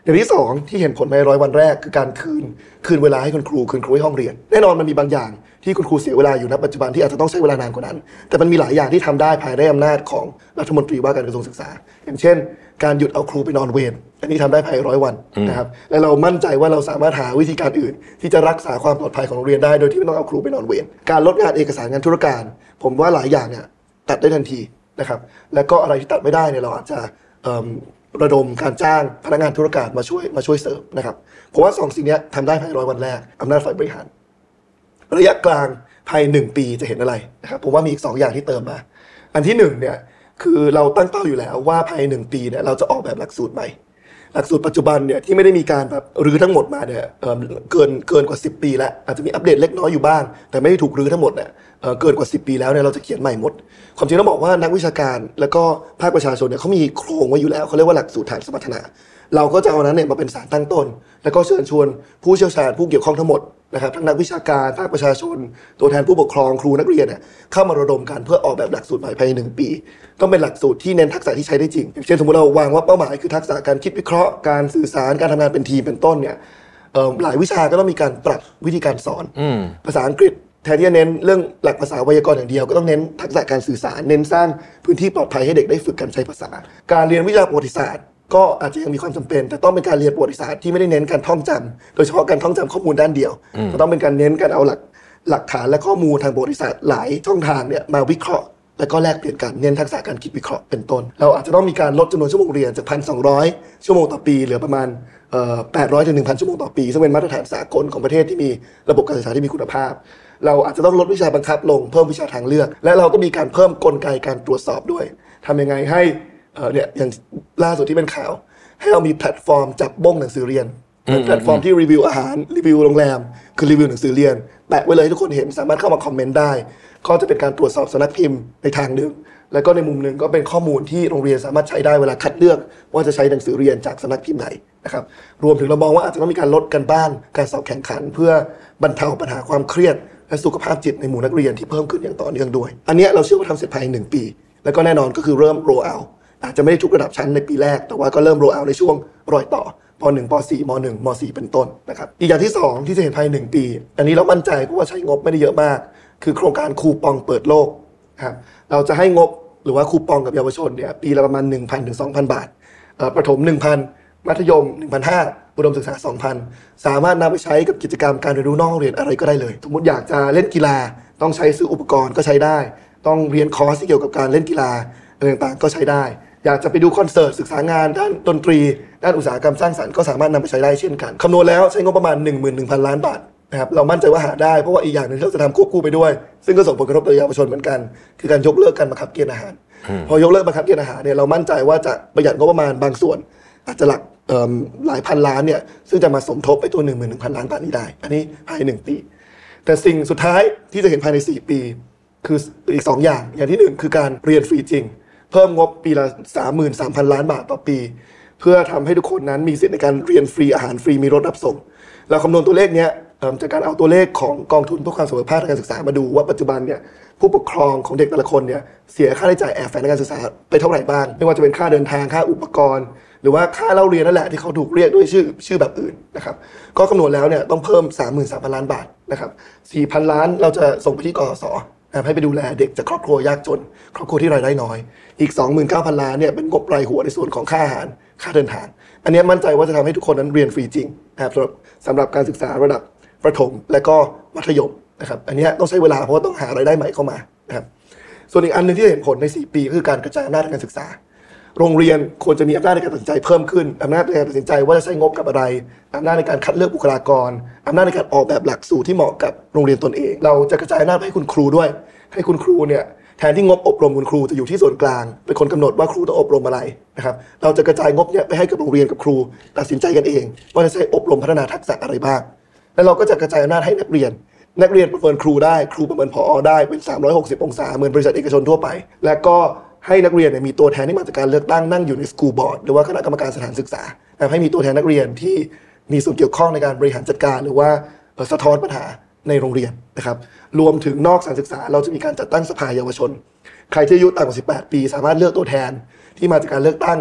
อย่างที่2ที่เห็นผลใน100 วันแรกคือการคืนเวลาให้คุณครูให้ห้องเรียนแน่นอนมันมีบางอย่างที่คุณครูเสียเวลาอยู่ณปัจจุบันที่อาจจะต้องใช้เวลานานกว่านั้นแต่มันมีหลายอย่างที่ทำได้ภายใต้อำนาจของรัฐมนตรีว่าการกระทรวงศึกษาอย่างเช่นการหยุดเอาครูไปนอนเวรอันนี้ทำได้ภายใน100 วันนะครับและเรามั่นใจว่าเราสามารถหาวิธีการอื่นที่จะรักษาความปลอดภัยของโรงเรียนได้โดยที่ไม่ต้องเอาครูไปนอนเวรการลดงานเอกสารงานธุรการผมว่าหลายอย่างเนี่ยตัดได้ทันทีนะครับแล้วก็อะไรที่ตัดไม่ได้เนี่ยเราอาจจะระดมการจ้างพนักงานธุรการมาช่วยเสริมนะครับเพราะว่า2 สิ่งนี้ทำได้ภายใน100 วันแรกอำนาจฝ่ายบริหารระยะกลางภายใน1 ปีจะเห็นอะไรนะครับผมว่ามีอีก2 อย่างที่เติมมาอันที่1เนี่ยคือเราตั้งเป้าอยู่แล้วว่าภายใน1 ปีเนี่ยเราจะออกแบบหลักสูตรใหม่หลักสูตรปัจจุบันเนี่ยที่ไม่ได้มีการแบบรื้อทั้งหมดมาเนี่ยเกินกว่า10 ปีแล้วอาจจะมีอัปเดตเล็กน้อยอยู่บ้างแต่ไม่ได้ถูกรื้อทั้งหมดเนี่ยเกินกว่า10 ปีแล้วเนี่ยเราจะเขียนใหม่หมดความจริงต้องบอกว่านักวิชาการแล้วก็ภาคประชาชนเนี่ยเขามีโครงไว้อยู่แล้วเขาเรียกว่าหลักสูตรฐานสมรรถนะเราก็จะเอานั้นเนี่ยมาเป็นสารตั้งต้นแล้วก็เชิญชวนผู้เชี่ยวชาญผู้เกี่ยวข้องทั้งหมดนะครับทั้งนักวิชาการภาคประชาชนตัวแทนผู้ปกครองครูนักเรียนเนี่ยเข้ามาระดมกันเพื่อออกแบบหลักสูตรใหม่ภายใน1 ปีต้องเป็นหลักสูตรที่เน้นทักษะที่ใช้ได้จริงอย่างเช่นสมมติเราวางว่าเป้าหมายคือทักษะการคิดวิเคราะห์การสื่อสารการทำงานเป็นทีมเป็นต้นเนี่ยหลายวิชาก็ต้องมีการปรับวิธีการสอนภาษาอังกฤษแทนที่จะเน้นเรื่องหลักภาษาไวยากรณ์อย่างเดียวก็ต้องเน้นทักษะการสื่อสารเน้นสร้างพื้นที่ปลอดภัยให้เด็กได้ฝึกการใช้ภาษาการเรียนวิชาประวัติศาสตร์ก็อาจจะยังมีความจำเป็นแต่ต้องเป็นการเรียนประวัติศาสตร์ที่ไม่ได้เน้นการท่องจำโดยเฉพาะการท่องจำข้อมูลด้านเดียวก็ต้องเป็นการเน้นการเอาหลักฐานและข้อมูลทางประวัติศาสตร์หลายช่องทางเนี่ยมาวิเคราะห์และก็แลกเปลี่ยนกันเน้นทักษะการคิดวิเคราะห์เป็นต้นเราอาจจะต้องมีการลดจำนวนชั่วโมงเรียนจาก 1,200 ชั่วโมงต่อปีเหลือประมาณ800 ถึง 1,000 ชั่วโมงต่อปีซึ่งเป็นมาตรฐานสากลของประเทศที่มีระบบการศึกษาที่มีคุณภาพเราอาจจะต้องลดวิชาบังคับลงเพิ่มวิชาทางเลือกและเราก็มีการเพิ่มกลไกการตรวจสอบด้วยทำยังไงให้เนี่ยอย่างล่าสุดที่เป็นข่าวให้เรามีแพลตฟอร์มจับบ้งหนังสือเรียนแพลตฟอร์มที่รีวิวอาหารรีวิวโรงแรมคือรีวิวหนังสือเรียนแปะไว้เลยให้ทุกคนเห็นสามารถเข้ามาคอมเมนต์ได้ก็จะเป็นการตรวจสอบสำนักพิมพ์ในทางหนึ่งแล้วก็ในมุมหนึ่งก็เป็นข้อมูลที่โรงเรียนสามารถใช้ได้เวลาคัดเลือกว่าจะใช้หนังสือเรียนจากสำนักพิมพ์ไหนนะครับรวมถึงเรามองว่าอาจจะต้องมีการลดการบ้านการสอบแข่งขันเพื่อบรรเทาปัญหาความเครียดและสุขภาพจิตในหมู่นักเรียนที่เพิ่มขึ้นอย่างต่อเนื่องด้วยอันนี้เราเชื่อว่าทำเสร็จภายใน1 ปีแล้วก็แน่นอนก็คือเริ่มโรลเอาท์อาจจะไม่ได้ทุกระดับชั้นในปีแรกแต่ว่าก็เริ่มโรลเอาท์ในช่วงรอยต่อป.1 ป.4 ม.1 ม.4 เป็นต้นนะครับอีกอย่างที่2ที่จะเห็นภายใน1 ปีอันนี้เรามั่นใจเพราะว่าใช้งบไม่ได้เยอะมากคือโครงการคูปองเปิดโลกครับเราจะให้งบหรือว่าคูปองกับเยาวชนเนี่ยปีละประมาณ 1,000 ถึง 2,000 บาทประถม 1,000 มัธยม 1,500 อุดมศึกษา 2,000 สามารถนำไปใช้กับกิจกรรมการเรียนรู้นอกห้องเรียนอะไรก็ได้เลยสมมติอยากจะเล่นกีฬาต้องใช้ซื้ออุปกรณ์ก็ใช้ได้ต้องเรียนคอร์สที่เกี่ยวกับการเล่นกีฬาอะไรต่างๆก็ใช้ได้อยากจะไปดูคอนเสิร์ตศึกษางานด้านดนตรีด้านอุตสาหกรรมสร้างสรรค์ก็สามารถนำไปใช้ได้เช่นกันคำนวณแล้วใช้งบประมาณ 11,000 ล้านบาทนะครับเรามั่นใจว่าหาได้เพราะว่าอีกอย่างนึงที่เราจะทำควบคู่ไปด้วยซึ่งก็ส่งผลกระทบต่อเยาวชนเหมือนกันคือการยกเลิกการบังคับเกณฑ์อาหารพอยกเลิกบังคับเกณฑ์อาหารเนี่ยเรามั่นใจว่าจะประหยัดงบประมาณบางส่วนอาจจะหลักหลายพันล้านเนี่ยซึ่งจะมาสมทบไปตัว 11,000 ล้านบาทนี้ได้อันนี้ภายใน1 ปีแต่สิ่งสุดท้ายที่จะเห็นภายใน4 ปีคืออีก2 อย่างที่1คือการเรียนฟรีจริงเพิ่มงบปีละ 33,000 ล้านบาทต่อปีเพื่อทำให้ทุกคนนั้นมีสิทธิในการเรียนฟรีอาหารฟรีมีรถรับส่งเราคำนวณตัวเลขนี้จากการเอาตัวเลขของกองทุนเพื่อความเสมอภาคทางการศึกษามาดูว่าปัจจุบันเนี่ยผู้ปกครองของเด็กแต่ละคนเนี่ยเสียค่าใช้จ่ายแอบแฝงในการศึกษาไปเท่าไหร่บ้างไม่ว่าจะเป็นค่าเดินทางค่าอุปกรณ์หรือว่าค่าเล่าเรียนนั่นแหละที่เขาถูกเรียกด้วยชื่อแบบอื่นนะครับก็คำนวณแล้วเนี่ยต้องเพิ่ม 33,000 ล้านบาทนะครับ 4,000 ล้านเราจะส่งไปที่กสศให้ไปดูแลเด็กจากครอบครัวยากจนครอบครัวที่รายได้น้อยอีก 29,000 ล้านเนี่ยเป็นงบรายหัวในส่วนของค่าอาหารค่าเดินทางอันนี้มั่นใจว่าจะทำให้ทุกคนนั้นเรียนฟรีจริงนะครับสำหรับการศึกษาระดับประถมและก็มัธยมนะครับอันนี้ต้องใช้เวลาเพราะว่าต้องหารายได้ใหม่เข้ามานะครับส่วนอีกอันนึงที่เห็นผลใน4 ปีก็คือการกระจายอำนาจการศึกษาโรงเรียนควรจะมีอำนาจในการตัดสินใจเพิ่มขึ้นอำนาจในการตัดสินใจว่าจะใช้งบกับอะไรอำนาจในการคัดเลือกบุคลากรอำนาจในการออกแบบหลักสูตรที่เหมาะกับโรงเรียนตนเองเราจะกระจายอำนาจให้คุณครูด้วยให้คุณครูเนี่ยแทนที่งบอบรมคุณครูจะอยู่ที่ส่วนกลางเป็นคนกำหนดว่าครูต้องอบรมอะไรนะครับเราจะกระจายงบเนี่ยไปให้กับโรงเรียนกับครูตัดสินใจกันเองว่าจะใช้อบรมพัฒนาทักษะอะไรบ้างแล้วเราก็จะกระจายอำนาจให้นักเรียนประเมินครูได้ครูประเมินผอได้เป็น360องศาเหมือนบริษัทเอกชนทั่วไปและก็ให้นักเรียนมีตัวแทนที่มาจากการเลือกตั้งนั่งอยู่ในสกูลบอร์ดหรือว่าคณะกรรมการสถานศึกษาให้มีตัวแทนนักเรียนที่มีส่วนเกี่ยวข้องในการบริหารจัดการหรือว่าสะท้อนปัญหาในโรงเรียนนะครับรวมถึงนอกสถานศึกษาเราจะมีการจัดตั้งสภาเยาวชนใครที่อายุต่ำกว่า18 ปีสามารถเลือกตัวแทนที่มาจากการเลือกตั้ง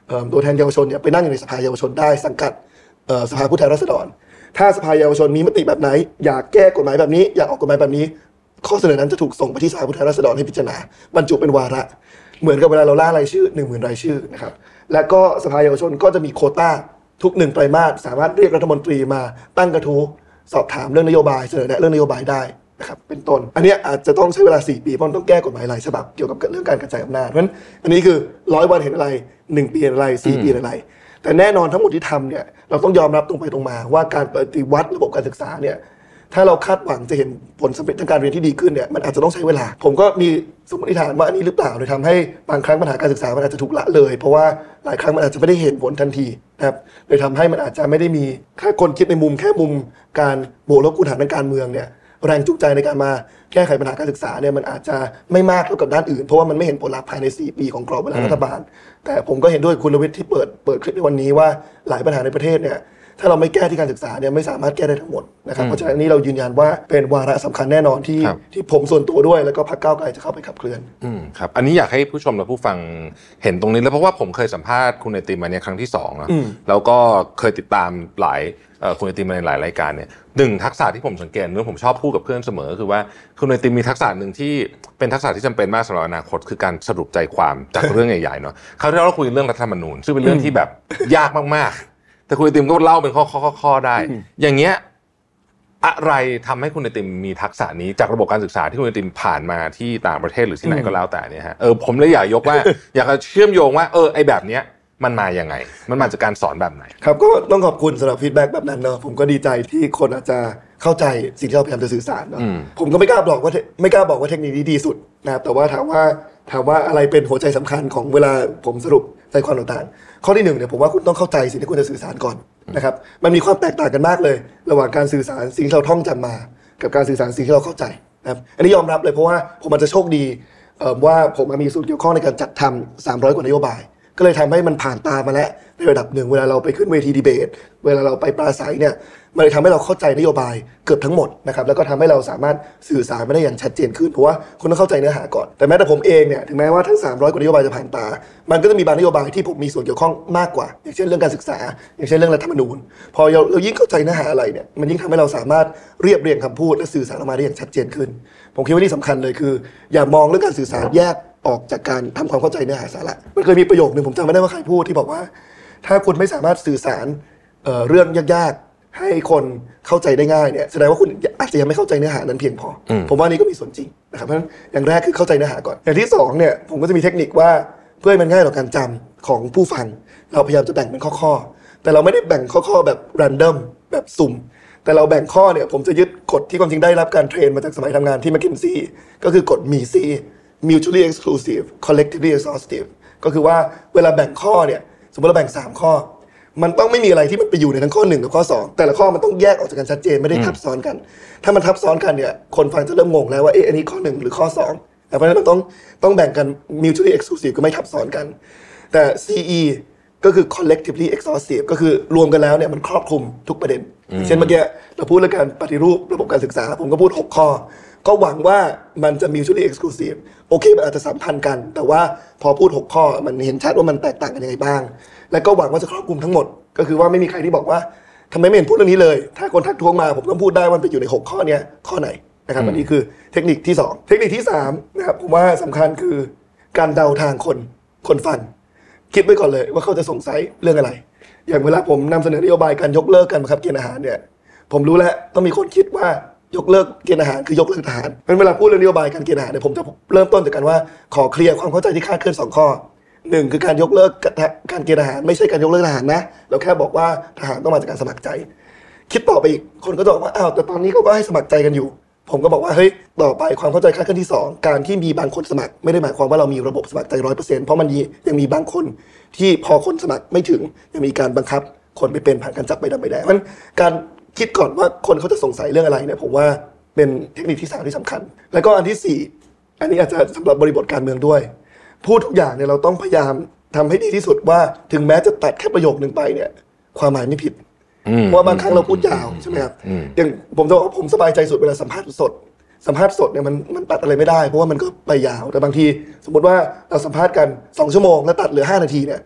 ตัวแทนเยาวชนเนี่ยไปนั่งอยู่ในสภาเยาวชนได้สังกัดสภาผู้แทนราษฎรถ้าสภาเยาวชนมีมติแบบไหนอยากแก้กฎหมายแบบนี้อยากออกกฎหมายแบบนี้ข้อเสนอนั้นจะถูกส่งไปที่สภาผู้แทนราษฎรให้พิจารณาบรรจุเป็นวาระเหมือนกับเวลาเราล่ารายชื่อ 10,000 รายชื่อนะครับและก็สภาเยาวชนก็จะมีโควต้าทุก1 ไตรมาสสามารถเรียกรัฐมนตรีมาตั้งกระทู้สอบถามเรื่องนโยบายเสนอแนะเรื่องนโยบายได้นะครับเป็นต้นอันนี้อาจจะต้องใช้เวลา4 ปีเพราะต้องแก้กฎหมายหลายฉบับเกี่ยวกับเรื่องการกระจายอำนาจเพราะฉะนั้นอันนี้คือ100 วันเห็นอะไร1 ปีเห็นอะไร4 ปีเห็นอะไรแต่แน่นอนทั้งหมดที่ทำเนี่ยเราต้องยอมรับตรงไปตรงมาว่าการปฏิวัติระบบการศึกษาเนี่ยถ้าเราคาดหวังจะเห็นผลสำเร็จทางการเรียนที่ดีขึ้นเนี่ยมันอาจจะต้องใช้เวลาผมก็มีสมมติฐานว่าอันนี้หรือเปล่าเลยทำให้บางครั้งปัญหาการศึกษามันอาจจะถูกละเลยเพราะว่าหลายครั้งมันอาจจะไม่ได้เห็นผลทันทีนะครับเลยทำให้มันอาจจะไม่ได้มีแค่คนคิดในมุมแค่มุมการบวกลบคูณหารทางการเมืองเนี่ยแรงจูงใจในการมาแก้ไขปัญหาการศึกษาเนี่ยมันอาจจะไม่มากเท่ากับด้านอื่นเพราะว่ามันไม่เห็นผลลัพธ์ภายใน4 ปีของกรอบเวลารัฐบาลแต่ผมก็เห็นด้วยคุณรวิทย์ที่เปิดคลิปในวันนี้ว่าหลายปัญหาในประเทศเนี่ยถ้าเราไม่แก้ที่การศึกษาเนี่ยไม่สามารถแก้ได้ทั้งหมดนะครับเพราะฉะนั้นนี่เรายืนยันว่าเป็นวาระสำคัญแน่นอนที่ผมส่วนตัวด้วยแล้วก็พรรคก้าวไกลจะเข้าไปขับเคลื่อนครับอันนี้อยากให้ผู้ชมและผู้ฟังเห็นตรงนี้แล้วเพราะว่าผมเคยสัมภาษณ์คุณไอติมมาเนี่ยครั้งที่2นะแล้วก็เคยติดตามหลายคุณไอติมมาในหลายรายการเนี่ย1ทักษะที่ผมสังเกตเรื่องผมชอบพูดกับเพื่อนเสมอคือว่าคุณไอติมมีทักษะหนึ่งที่เป็นทักษะที่จำเป็นมากสำหรับอนาคตคือการสรุปใจความจากเรื่องใหญ่ๆเนาะคราวที่เราคุยเรื่องรัฐธรรมนูญซึ่งเป็นเรื่องที่แบบยากมากๆแต่คุณไอติมก็เล่าเป็นข้อๆได้อย่างเงี้ยอะไรทำให้คุณไอติมมีทักษะนี้จากระบบการศึกษาที่คุณไอติมผ่านมาที่ต่างประเทศหรือที่ไหนก็แล้วแต่เนี่ยฮะผมเลยอยากยกว่าอยากจะเชื่อมโยงว่าไอ้แบบเนี้ยมันมาอย่างไงมันมาจากการสอนแบบไหนครับก็ต้องขอบคุณสำหรับฟีดแบ็กแบบนั้นเนาะผมก็ดีใจที่คนอาจจะเข้าใจสิ่งที่เราพยายามจะสื่อสารเนาะผมก็ไม่กล้าบอกว่าเทคนิคนี้ดีสุดนะครับแต่ว่าถามว่าอะไรเป็นหัวใจสำคัญของเวลาผมสรุปใจความต่างๆข้อที่1เนี่ยผมว่าคุณต้องเข้าใจสิ่งที่คุณจะสื่อสารก่อนนะครับมันมีความแตกต่างกันมากเลยระหว่างการสื่อสารสิ่งที่เราท่องจำมากับการสื่อสารสิ่งที่เราเข้าใจนะครับอันนี้ยอมรับเลยเพราะว่าผมอาจจะโชคดีว่าผมมีส่วนเกี่ยวข้องในการจัดทำ300 กว่านโยบายก็เลยทำให้มันผ่านตามาแล้วในระดับหนึ่งเวลาเราไปขึ้นเวทีดีเบตเวลาเราไปปราศัยเนี่ยมันเลยทำให้เราเข้าใจนโยบายเกือบทั้งหมดนะครับแล้วก็ทำให้เราสามารถสื่อสารไม่ได้อย่างชัดเจนขึ้นเพราะว่าคุณต้องเข้าใจเนื้อหาก่อนแต่แม้แต่ผมเองเนี่ยถึงแม้ว่าทั้ง300 กว่านโยบายจะผ่านตามันก็จะมีบางนโยบายที่ผมมีส่วนเกี่ยวข้องมากกว่าอย่างเช่นเรื่องการศึกษาอย่างเช่นเรื่องรัฐธรรมนูญพอเรายิ่งเข้าใจเนื้อหาอะไรเนี่ยมันยิ่งทำให้เราสามารถเรียบเรียงคำพูดและสื่อสารออกมาได้อย่างชัดเจนขึ้นผมคิดว่านี่สำคัญเลยคืออย่ามองเรื่องการสื่อสารแยกออกจากการทำความเข้าใจเนื้อหาสาระมันเคยมีประโยคนึงผมจำไม่ได้ว่าใครพูดที่บอกว่าถ้าคุณไม่สามารถสื่อสารเรื่องยากๆให้คนเข้าใจได้ง่ายเนี่ยแสดงว่าคุณอาจจะยังไม่เข้าใจเนื้อหานั้นเพียงพอผมว่านี่ก็มีส่วนจริงนะครับเพราะฉะนั้นอย่างแรกคือเข้าใจเนื้อหาก่อนอย่างที่2เนี่ยผมก็จะมีเทคนิคว่าเพื่อให้มันง่ายต่อการจำของผู้ฟังเราพยายามจะแบ่งเป็นข้อๆแต่เราไม่ได้แบ่งข้อๆแบบ random แบบสุ่มแต่เราแบ่งข้อเนี่ยผมจะยึดกฎที่ความจริงได้รับการเทรนมาจากสมัยทำงานที่ McKinsey ก็คือกฎ MISI mutually exclusive collectively exhaustive ก็คือว่าเวลาแบ่งข้อเนี่ยสมมติเราแบ่ง3ข้อมันต้องไม่มีอะไรที่มันไปอยู่ในทั้งข้อ1กับข้อ2แต่ละข้อมันต้องแยกออกจากกันชัดเจนไม่ได้ทับซ้อนกันถ้ามันทับซ้อนกันเนี่ยคนฟังจะเริ่มงงแล้วว่าอันนี้ข้อ1หรือข้อ2เพราะฉะนั้นมันต้องแบ่งกัน mutually exclusive ก็ไม่ทับซ้อนกันแต่ CE ก็คือ collectively exhaustive ก็คือรวมกันแล้วเนี่ยมันครอบคลุมทุกประเด็นเช่นเมื่อกี้เราพูดเรื่องการปฏิรูประบบการศึกษาผมก็พูด6ข้อก็หวังว่ามันจะ mutually exclusive โอเคมันอาจจะสัมพันธ์กันแต่ว่าพอพูด6ข้อมันเห็นชัดว่ามันแตกต่างกันยังไงบ้างและก็หวังว่าจะครอบคลุมทั้งหมดก็คือว่าไม่มีใครที่บอกว่าทำไมไม่เห็นพูดเรื่องนี้เลยถ้าคนทักท้วงมาผมต้องพูดได้ว่ามันไปอยู่ใน6ข้อนี้ข้อไหนนะครับอันนี้คือเทคนิคที่2เทคนิคที่3นะครับผมว่าสำคัญคือการเดาทางคนฟังคิดไว้ก่อนเลยว่าเขาจะสงสัยเรื่องอะไรอย่างเวลาผมนำเสนอนโยบายการยกเลิกการบังคับเกณฑ์อาหารเนี่ยผมรู้แล้วต้องมีคนคิดว่ายกเลิกเกณฑ์อาหารคือยกเลิกทหารเพราะเวลาพูดเรื่องนโยบายการเกณฑ์อาหารเนี่ยผมจะเริ่มต้นจากการว่าขอเคลียร์ความเข้าใจที่คลาดเคลื่อน2ข้อ1คือการยกเลิกการเกณฑ์อาหารไม่ใช่การยกเลิกทหารนะเราแค่บอกว่าทหารต้องมาจากการสมัครใจคิดต่อไปอีกคนก็จะบอกว่าอ้าวแต่ตอนนี้เขาก็ให้สมัครใจกันอยู่ผมก็บอกว่าเฮ้ยต่อไปความเข้าใจคลาดเคลื่อนที่2การที่มีบางคนสมัครไม่ได้หมายความว่าเรามีระบบสมัครใจ 100% เพราะมันยังมีบางคนที่พอคนสมัครไม่ถึงยังมีการบังคับคนไปเป็นผ่านการจับใบดำใบแดงมันการคิดก่อนว่าคนเขาจะสงสัยเรื่องอะไรเนี่ยผมว่าเป็นเทคนิคที่3ที่สำคัญแล้วก็อันที่4อันนี้อาจจะสำหรับบริบทการเมืองด้วยพูดทุกอย่างเนี่ยเราต้องพยายามทำให้ดีที่สุดว่าถึงแม้จะตัดแค่ประโยคนึงไปเนี่ยความหมายไม่ผิดเพราะบางครั้งเราพูดยาวใช่ไหมครับอย่างผมจะบอกว่าผมสบายใจสุดเวลาสัมภาษณ์สดเนี่ยมันตัดอะไรไม่ได้เพราะว่ามันก็ไปยาวแต่บางทีสมมติว่าเราสัมภาษณ์กัน2 ชั่วโมงแล้วตัดเหลือ5 นาทีเนี่ย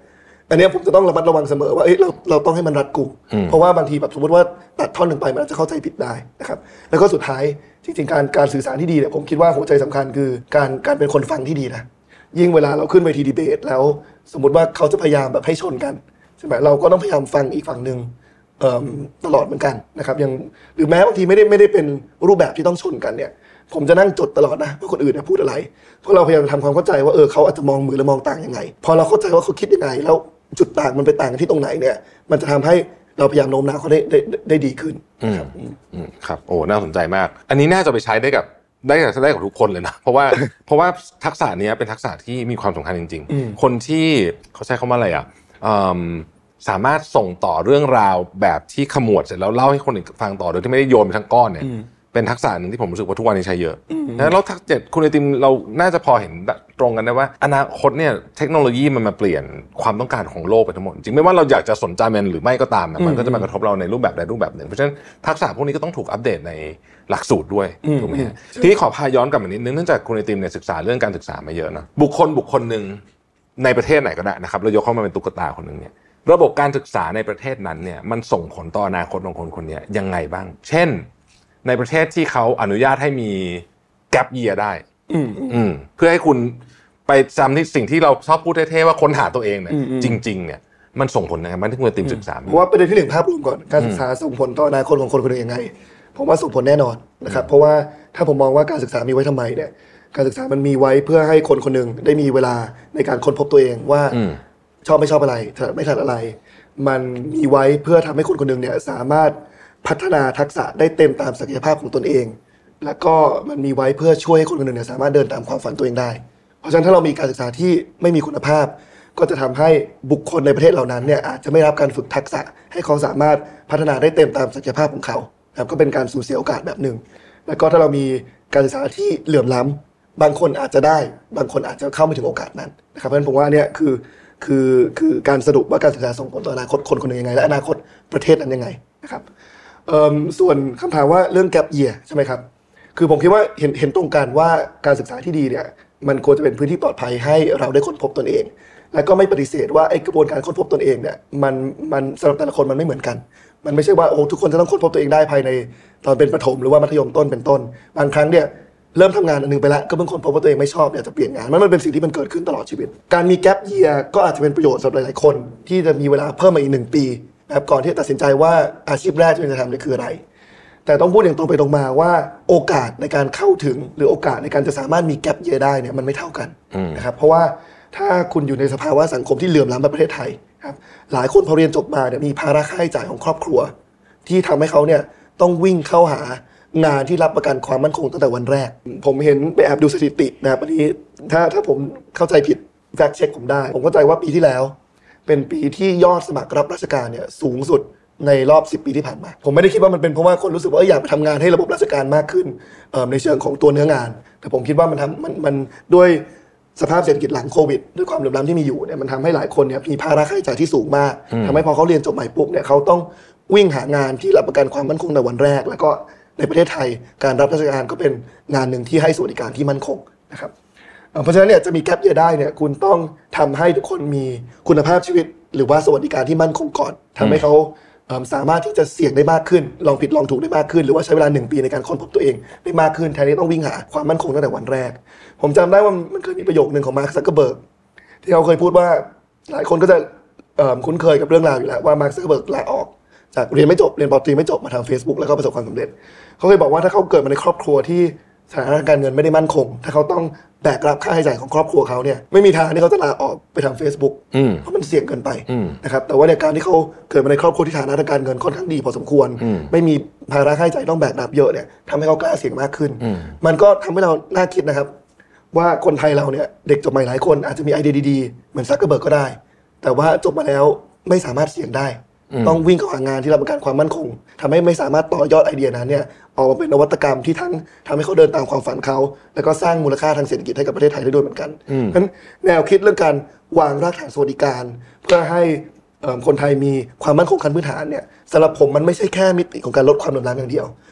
อันนี้ผมจะต้องระมัดระวังเสมอว่าเราต้องให้มันรัดกุมเพราะว่าบางทีแบบสมมติว่าตัดท่อนหนึ่งไปมันอาจจะเข้าใจผิดได้นะครับแล้วก็สุดท้ายจริงๆการสื่อสารที่ดีเนี่ยผมคิดว่าหัวใจสำคัญคือการเป็นคนฟังที่ดีนะยิ่งเวลาเราขึ้นเวทีดีเบตแล้วสมมติว่าเขาจะพยายามแบบให้ชนกันใช่ไหมเราก็ต้องพยายามฟังอีกฝั่งนึงตลอดเหมือนกันนะครับยังหรือแม้บางทีไม่ได้เป็นรูปแบบที่ต้องชนกันเนี่ยผมจะนั่งจดตลอดนะว่าคนอื่นพูดอะไรเพราะเราพยายามทำความเข้าใจว่าเขาอาจจะมองเหมือนหรือมองต่างยังไงพอเราเข้าใจว่าเขาคิดยังไงแล้วจุดต่างมันไปต่างกันที่ตรงไหนเนี่ยมันจะทำให้เราพยายามโน้มน้าวเขาได้ดีขึ้นครับโอ้น่าสนใจมากอันนี้น่าจะไปใช้ได้กับทุกคนเลยนะเพราะว่าทักษะนี้เป็นทักษะที่มีความสำคัญจริงๆคนที่เขาใช้คำว่าอะไรสามารถส่งต่อเรื่องราวแบบที่ขมวดเสร็จแล้วเล่าให้คนอื่นฟังต่อโดยที่ไม่ได้โยนไปทั้งก้อนเนี่ยเป็นทักษะหนึ่งที่ผมรู้สึกว่าทุกวันนี้ใช้เยอะแล้วทักษะคุณไอติมเราน่าจะพอเห็นตรงกันได้ว่าอนาคตเนี่ยเทคโนโลยีมันมาเปลี่ยนความต้องการของโลกไปทั้งหมดจริงไม่ว่าเราอยากจะสนใจมันหรือไม่ก็ตามมันก็จะมากระทบเราในรูปแบบใดรูปแบบหนึ่งเพราะฉะนั้นทักษะพวกนี้ก็ต้องถูกอัปเดตในหลักสูตรด้วยถูกไหมฮะทีนี้ขอพาย้อนกลับมานิดนึงเนื่องจากคุณไอติมเนี่ยศึกษาเรื่องการศึกษามาเยอะนะบุคคลนึงในประเทศไหนก็ได้นะครับเรายกเข้ามาเป็นตุ๊กตาคนนึงเนี่ยระบบการศึกษาในประเทศนั้นเนี่ยมันส่งผลต่ออนาคตของคนนี้ยังไงบ้างเช่นในประเทศที่เขาอนุญาตให้มีแกปเยียร์ได้เพื่อให้คุณไปจำที่สิ่งที่เราชอบพูดเท่ๆว่าค้นหาตัวเองเนี่ยจริงๆเนี่ยมันส่งผลยังไงมันที่คุณติมศึกษาเพราะว่าประเด็นที่1ภาพรวมก่อนการศึกษาส่งผลต่ออนาคตของคนคนหนึ่งยังไงผมว่าส่งผลแน่นอนนะครับเพราะว่าถ้าผมมองว่าการศึกษามีไว้ทำไมเนี่ยการศึกษามันมีไว้เพื่อให้คนคนหนึ่งได้มีเวลาในการค้นพบตัวเองว่าชอบไม่ชอบอะไรถนัดไม่ถนัดอะไรมันมีไว้เพื่อทำให้คนคนหนึ่งเนี่ยสามารถพัฒนาทักษะได้เต็มตามศักยภาพของตนเองแล้วก็มันมีไว้เพื่อช่วยให้คนคนหนึ่งเนี่ยสามารถเดินตามความฝันตัวเองได้เพราะฉะนั้นถ้าเรามีการศึกษาที่ไม่มีคุณภาพก็จะทำให้บุคคลในประเทศเหล่านั้นเนี่ยอาจจะไม่รับการฝึกทักษะให้เขาสามารถพัฒนาได้เต็มตามศักยภาพของเขาครับก็เป็นการสูญเสียโอกาสแบบหนึ่งแล้วก็ถ้าเรามีการศึกษาที่เหลื่อมล้ำบางคนอาจจะได้บางคนอาจจะเข้าไม่ถึงโอกาสนั้นนะครับเพราะฉะนั้นผมว่าเนี่ยคือการสรุปว่าการศึกษาส่งผลต่ออนาคตคนคนหนึ่งยังไงและอนาคตประเทศนั้นยังไงนะครับส่วนคำถามว่าเรื่อง gap year ใช่ไหมครับคือผมคิดว่าเห็นตรงกันว่าการศึกษาที่ดีเนี่ยมันควรจะเป็นพื้นที่ปลอดภัยให้เราได้ค้นพบตนเองและก็ไม่ปฏิเสธว่าไอ้กระบวนการค้นพบตนเองเนี่ยมันสำหรับแต่ละคนมันไม่เหมือนกันมันไม่ใช่ว่าทุกคนจะต้องค้นพบตัวเองได้ภายในตอนเป็นประถมหรือว่ามัธยมต้นเป็นต้นบางครั้งเนี่ยเริ่มทำงานอันนึงไปแล้วก็เพิ่งค้นพบว่าตัวเองไม่ชอบเนี่ยจะเปลี่ยนงานมันเป็นสิ่งที่มันเกิดขึ้นตลอดชีวิตการมี gap year ก็อาจจะเป็นประโยชน์สำหรับหลายๆคนที่จะมีเวลาเพิ่มมาอีก1 ปีนะครับก่อนที่จะตัดสินใจว่าอาชีพแรกที่จะทำเนี่ยคืออะไรแต่ต้องพูดอย่างตรงไปตรงมาว่าโอกาสในการเข้าถึงหรือโอกาสในการจะสามารถมี gap year ได้เนี่ยมันไม่เท่ากันนะครับเพราะว่าถ้าคุณอยู่ในสภาวะสังคมที่เหลื่อมล้ำแบบประเทศไทยครับหลายคนพอเรียนจบมาเนี่ยมีภาระค่าใช้จ่ายของครอบครัวที่ทำให้เขาเนี่ยต้องวิ่งเข้าหางานที่รับประกันความมั่นคงตั้งแต่วันแรกผมเห็นไปแอบดูสถิตินะครับอันนี้ถ้าผมเข้าใจผิดแฟกต์เช็คผมได้ผมเข้าใจว่าปีที่แล้วเป็นปีที่ยอดสมัครรับราชการเนี่ยสูงสุดในรอบ10 ปีที่ผ่านมาผมไม่ได้คิดว่ามันเป็นเพราะว่าคนรู้สึกว่าอยากไปทำงานให้ระบบราชการมากขึ้นในเชิงของตัวเนื้องานแต่ผมคิดว่ามันด้วยสภาพเศรษฐกิจหลังโควิดด้วยความเหลื่อมล้ำที่มีอยู่เนี่ยมันทำให้หลายคนเนี่ยมีภาระค่าใช้จ่ายที่สูงมากทำให้พอเขาเรียนจบใหม่ปุ๊บเนี่ยเขาต้องวิ่งหางานที่รับประกันความมั่นคงในวันแรกแล้วก็ในประเทศไทยการรับราชการก็เป็นงานหนึ่งที่ให้สวัสดิการที่มั่นคงนะครับเพราะฉะนั้นเนี่ยจะมีแกปเยียร์ได้เนี่ยคุณต้องทำให้ทุกคนมีคุณภาพชีวิตหรือว่าสวัสดิการที่มั่นคงก่อนทำให้เขาสามารถที่จะเสี่ยงได้มากขึ้นลองผิดลองถูกได้มากขึ้นหรือว่าใช้เวลา1 ปีในการค้นพบตัวเองได้มากขึ้นแทนที่ต้องวิ่งหาความมั่นคงตั้งแต่วันแรกผมจำได้ว่ามันเคยมีประโยคนึงของมาร์ค ซักเคอร์เบิร์กที่เขาเคยพูดว่าหลายคนก็จะคุ้นเคยกับเรื่องราวอยู่แล้วว่ามาร์ค ซักเคอร์เบิร์กลาออกจากเรียนไม่จบเรียนป.ตรีไม่จบมาทำ Facebook แล้วก็ประสบความสำเร็จเขาเคยบอกว่าถ้าเขาเกิดมาในครอบครัวที่สถานะการเงินไม่ได้มั่นคงถ้าเขาต้องแบกรับค่าใช้จ่ายของครอบครัวเขาเนี่ยไม่มีทางที่เขาจะลาออกไปทำ Facebook เพราะมันเสี่ยงเกินไปนะครับแต่ว่าในการที่เขาเกิดมาในครอบครัวที่ฐานะทางการเงินค่อนข้างดีพอสมควรไม่มีภาระค่าใช้จ่ายต้องแบกรับเยอะเนี่ยทำให้เขากล้าเสี่ยงมากขึ้นมันก็ทำให้เราน่าคิดนะครับว่าคนไทยเราเนี่ยเด็กจบใหม่หลายคนอาจจะมีไอเดียดีๆเหมือนซักเคอร์เบิร์กก็ได้แต่ว่าจบมาแล้วไม่สามารถเสี่ยงได้ต้องวิ่งเข้าหางานที่รับประกันความมั่นคงทำให้ไม่สามารถต่อยอดไอเดียนั้นเนี่ยออกมาเป็นนวัตกรรมที่ทั้งทำให้เขาเดินตามความฝันเขาแล้วก็สร้างมูลค่าทางเศรษฐกิจให้กับประเทศไทยได้ด้วยเหมือนกันเพราะฉะนั้นแนวคิดเรื่องการวางรากฐานสวัสดิการเพื่อให้คนไทยมีความมั่นคงขั้นพื้นฐานเนี่ยสำหรับผมมันไม่ใช่แค่มิติของการลดความเหลื่อมล้ำอย่างเดียว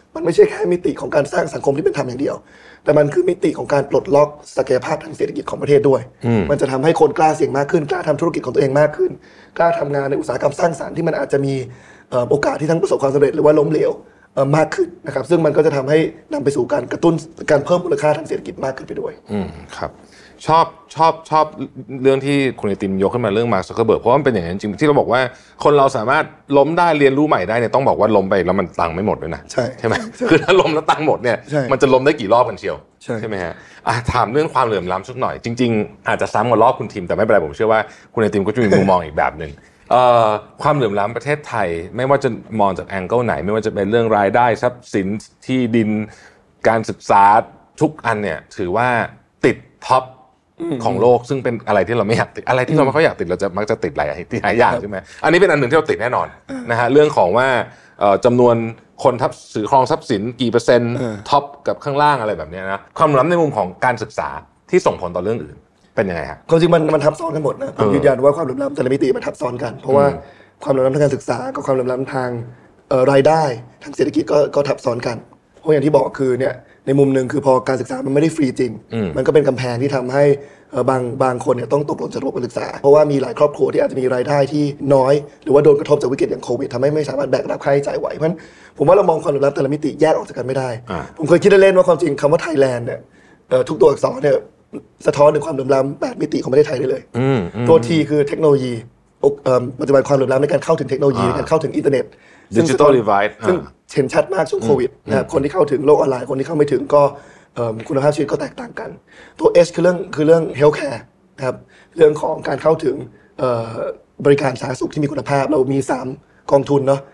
มันไม่ใช่แค่มิติของการสร้างสังคมที่เป็นธรรมอย่างเดียวแต่มันคือมิติของการปลดล็อกศักยภาพทางเศรษฐกิจของประเทศด้วยมันจะทำให้คนกล้าเสี่ยงมากขึ้นกล้าทำธุรกิจของตัวเองมากขึ้นกล้าทำงานในอุตสาหกรรมสร้างสรรค์ที่มันอาจจะมีโอกาสที่ทั้งประสบความสำเร็จหรือว่าล้มเหลวมากขึ้นนะครับซึ่งมันก็จะทำให้นำไปสู่การกระตุ้นการเพิ่มมูลค่าทางเศรษฐกิจมากขึ้นไปด้วยครับชอบเรื่องที่คุณไอติมยกขึ้นมาเรื่องมาร์ค ซักเคอร์เบิร์กเพราะว่ามันเป็นอย่างนั้นจริงที่เราบอกว่าคนเราสามารถล้มได้เรียนรู้ใหม่ได้เนี่ยต้องบอกว่าล้มไปแล้วมันตังค์ไม่หมดด้วยนะใช่ไหมคือถ้าล้มแล้วตังค์หมดเนี่ยมันจะล้มได้กี่รอบกันเชียวใช่ไหมฮะถามเรื่องความเหลื่อมล้ำสักหน่อยจริงๆอาจจะซ้ำกับรอบคุณทีมแต่ไม่เป็นไรผมเชื่อว่าคุณไอติมก็จะมีมุมมองอีกแบบนึงความเหลื่อมล้ำประเทศไทยไม่ว่าจะมองจากแองเกิลไหนไม่ว่าจะเป็นเรื่องรายได้ทรัพย์สินที่ดินการศึกษาทุกอันเนี่ยถือว่าติดท็อปของโลกซึ่งเป็นอะไรที่เราไม่อยากติดอะไรที่เราไม่ค่อยอยากติดเราจะมักจะติดหลายอย่างใช่ไหมอันนี้เป็นอันหนึ่งที่เราติดแน่นอนนะฮะเรื่องของว่าจำนวนคนถือครองทรัพย์สินกี่เปอร์เซ็นต์ท็อปกับข้างล่างอะไรแบบนี้นะความเหลื่อมล้ำในมุมของการศึกษาที่ส่งผลต่อเรื่องอื่นเป็นยังไงฮะความจริงมันทับซ้อนกันหมดนะผมยืนยันว่าความเหลื่อมล้ำแต่ละมิติมันทับซ้อนกันเพราะว่าความเหลื่อมล้ำทางการศึกษากับความเหลื่อมล้ำทางรายได้ทางเศรษฐกิจก็ทับซ้อนกันเพราะอย่างที่บอกคือเนี่ยในมุมนึงคือพอการศึกษามันไม่ได้ฟรีจริงมันก็เป็นกำแพงที่ทำให้บางคนเนี่ยต้องตกหล่นจากระบบการศึกษาเพราะว่ามีหลายครอบครัวที่อาจจะมีรายได้ที่น้อยหรือว่าโดนกระทบจากวิกฤตอย่างโควิดทำให้ไม่สามารถแบกรับค่าใช้จ่ายไหวเพราะฉะนั้นผมว่าเรามองความเหลื่อมล้ำแต่ละมิติแยกออกจากกันไม่ได้ผมเคยคิดเล่นๆว่าความจริงคำว่าไทยแลนด์เนี่ยทุกตัวอักษรเนี่ยสะท้อนถึงความเหลื่อมล้ำ8มิติของประเทศไทยได้เลยตัวทีคือเทคโนโลยีปัจจุบันความเหลื่อมล้ำในการเข้าถึงเทคโนโลยีในการเข้าถึงอินเทอร์เน็ต Digital Divide ซึ่งเห็นชัดมากช่วงโควิดนะครับคนที่เข้าถึงโลกออนไลน์คนที่เข้าไม่ถึงก็คุณภาพชีวิตก็แตกต่างกันตัว H คือเรื่อง healthcare นะครับเรื่องของการเข้าถึงบริการสาธารณสุขที่มีคุณภาพเรามี3กองทุนเนาะ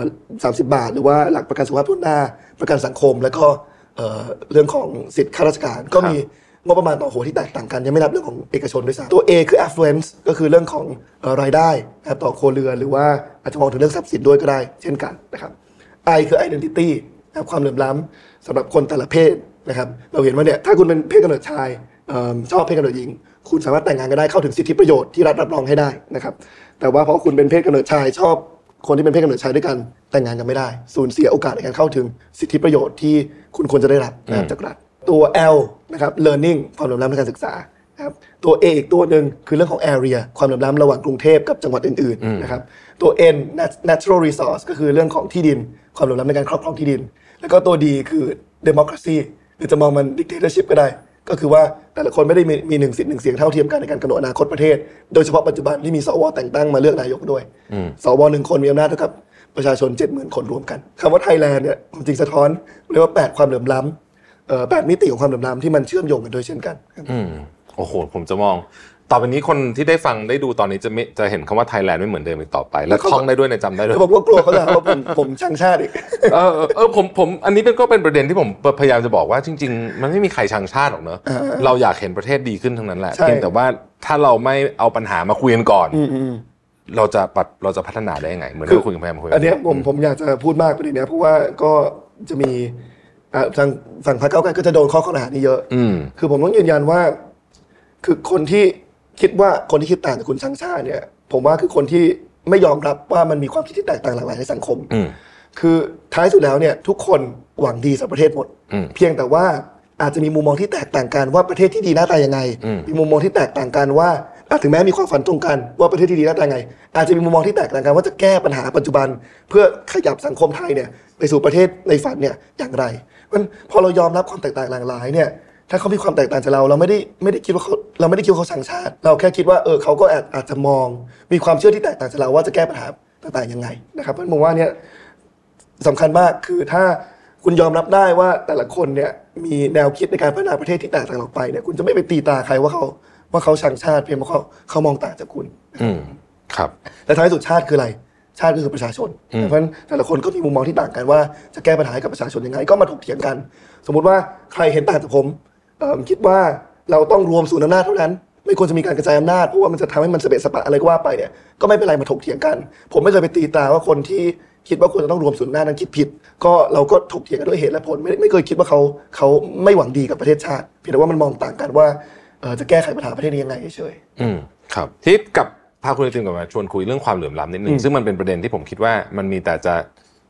30 บาทหรือว่าหลักประกันสุขภาพทั่วหน้าประกันสังคมแล้วก็เรื่องของสิทธิข้าราชการก็มีงบประมาณต่อหัวที่แตกต่างกันยังไม่นับเรื่องของเอกชนด้วยซ้ำตัว A คือ affluence ก็คือเรื่องของรายได้นะครับต่อครัวเรือนหรือว่าอาจจะมองถึงเรื่องทรัพย์สินด้วยก็ได้เช่นกันนะครับ I คือ identity นะครับความเหลื่อมล้ำสำหรับคนแต่ละเพศนะครับเราเห็นว่าเนี่ยถ้าคุณเป็นเพศกำเนิดชายชอบเพศกำเนิดหญิงคุณสามารถแต่งงานกันได้เข้าถึงสิทธิประโยชน์ที่รัฐรับรองให้ได้นะครับแต่ว่าเพราะคุณเป็นเพศกำเนิดชายชอบคนที่เป็นเพศกำเนิดชายด้วยกันแต่งงานกันไม่ได้สูญเสียโอกาสในการเข้าถึงสิทธิประโยชน์ที่คุณควรจะได้รับจากรัฐตัว L นะครับ learning ความเหลื่อมล้ำทางการศึกษาครับตัว A อีกตัวหนึ่งคือเรื่องของ area ความเหลื่อมล้ำระหว่างกรุงเทพกับจังหวัดอื่นๆนะครับตัว N natural resource ก็คือเรื่องของที่ดินความเหลื่อมล้ำในการครอบครองที่ดินแล้วก็ตัว D คือ democracy หรือจะมองมัน dictatorship ก็ได้ก็คือว่าแต่ละคนไม่ได้มี1สิทธิ์1เสียงเท่าเทียมกันในการกำหนดอนาคตประเทศโดยเฉพาะปัจจุบันที่มีสวแต่งตั้งมาเลือกนายกด้วยสว1คนมีอำนาจเท่ากับประชาชน 70,000 คนรวมกันคำว่าไทยแลนด์เนี่ยจริงสะท้อนเรียกว่า8ความเหลื่อมล้ำ8มิติของความเหลื่อมล้ำที่มันเชื่อมโยงกันโดยเช่นกันโอ้โหผมจะมองต่อไปนี้คนที่ได้ฟังได้ดูตอนนี้จะเห็นคำว่าไทยแลนด์ไม่เหมือนเดิมอีกต่อไปและท่องได้ด้วยในจำได้ด้วยผมก็กลัวเขาจะว่าผมช่างชาติอีกผมอันนี้ก็เป็นประเด็นที่ผมพยายามจะบอกว่าจริงๆมันไม่มีใครช่างชาติหรอกเนอะเราอยากเห็นประเทศดีขึ้นทั้งนั้นแหละเพียงแต่ว่าถ้าเราไม่เอาปัญหามาคุยกันก่อนเราจะพัฒนาได้ยังไงเหมือนที่คุยกันพยายามคุยอันนี้ผมอยากจะพูดมากประเด็นนี้เพราะว่าก็จะมีทางฝั่งพรรคก้าวไกลก็จะโดนข้อหานี้เยอะคือผมต้องยืนยันว่าคือคนที่คิดว่าคนที่คิดต่างจากคุณช่างชาติเนี่ยผมว่าคือคนที่ไม่ยอมรับว่ามันมีความคิดที่แตกต่างหลากหลายในสังคมคือท้ายสุดแล้วเนี่ยทุกคนหวังดีสำหรับประเทศหมดเพียงแต่ว่าอาจจะมีมุมมองที่แตกต่างกันว่าประเทศที่ดีหน้าตายังไงมีมุมมองที่แตกต่างกันว่าถึงแม้มีความฝันตรงกันว่าประเทศที่ดีหน้าตายังไงอาจจะมีมุมมองที่แตกต่างกันว่าจะแก้ปัญหาปัจจุบันเพื่อขยับสังคมไทยเนี่ยไปสู่ประเทศในฝันเนี่ยอย่างไรมันพอเรายอมรับความแตกต่างหลากหลายเนี่ยถ้าเขามีความแตกต่างจากเราไม่ได้คิดว่าเราไม่ได้คิดว่าเขาชังชาติเราแค่คิดว่าเขาก็อาจจะมองมีความเชื่อที่แตกต่างจากเราว่าจะแก้ปัญหาต่างๆยังไงนะครับเพราะผมว่าเนี่ยสำคัญมากคือถ้าคุณยอมรับได้ว่าแต่ละคนเนี่ยมีแนวคิดในการพัฒนาประเทศที่แตกต่างออกไปเนี่ยคุณจะไม่ไปตีตาใครว่าเขาชังชาติเพียงเพราะเขามองต่างจากคุณครับและท้ายสุดชาติคืออะไรชาติก็คือประชาชนเพราะฉะนั้นแต่ละคนก็มีมุมมองที่ต่างกันว่าจะแก้ปัญหาให้กับประชาชนยังไงก็มาถกเถียงกันสมมุติว่าใครเห็นต่างจากผมคิดว่าเราต้องรวมศูนย์อำนาจเท่านั้นไม่ควรจะมีการกระจายอำนาจเพราะว่ามันจะทำให้มันสเปะสปะอะไรก็ว่าไปเนี่ยก็ไม่เป็นไรมาถกเถียงกันผมไม่เคยไปตีตาว่าคนที่คิดว่าควรจะต้องรวมศูนย์อำนาจนั้นคิดผิดก็เราก็ถกเถียงกันด้วยเหตุและผลไม่เคยคิดว่าเขาไม่หวังดีกับประเทศชาติเพียงแต่ว่ามันมองต่างกันว่าจะแก้ไขปัญหาประเทศนี้ยังไงเฉยครับที่กับพาคุณไอติมกลับมาชวนคุยเรื่องความเหลื่อมล้ำนิดนึงซึ่งมันเป็นประเด็นที่ผมคิดว่ามันมีแต่จะ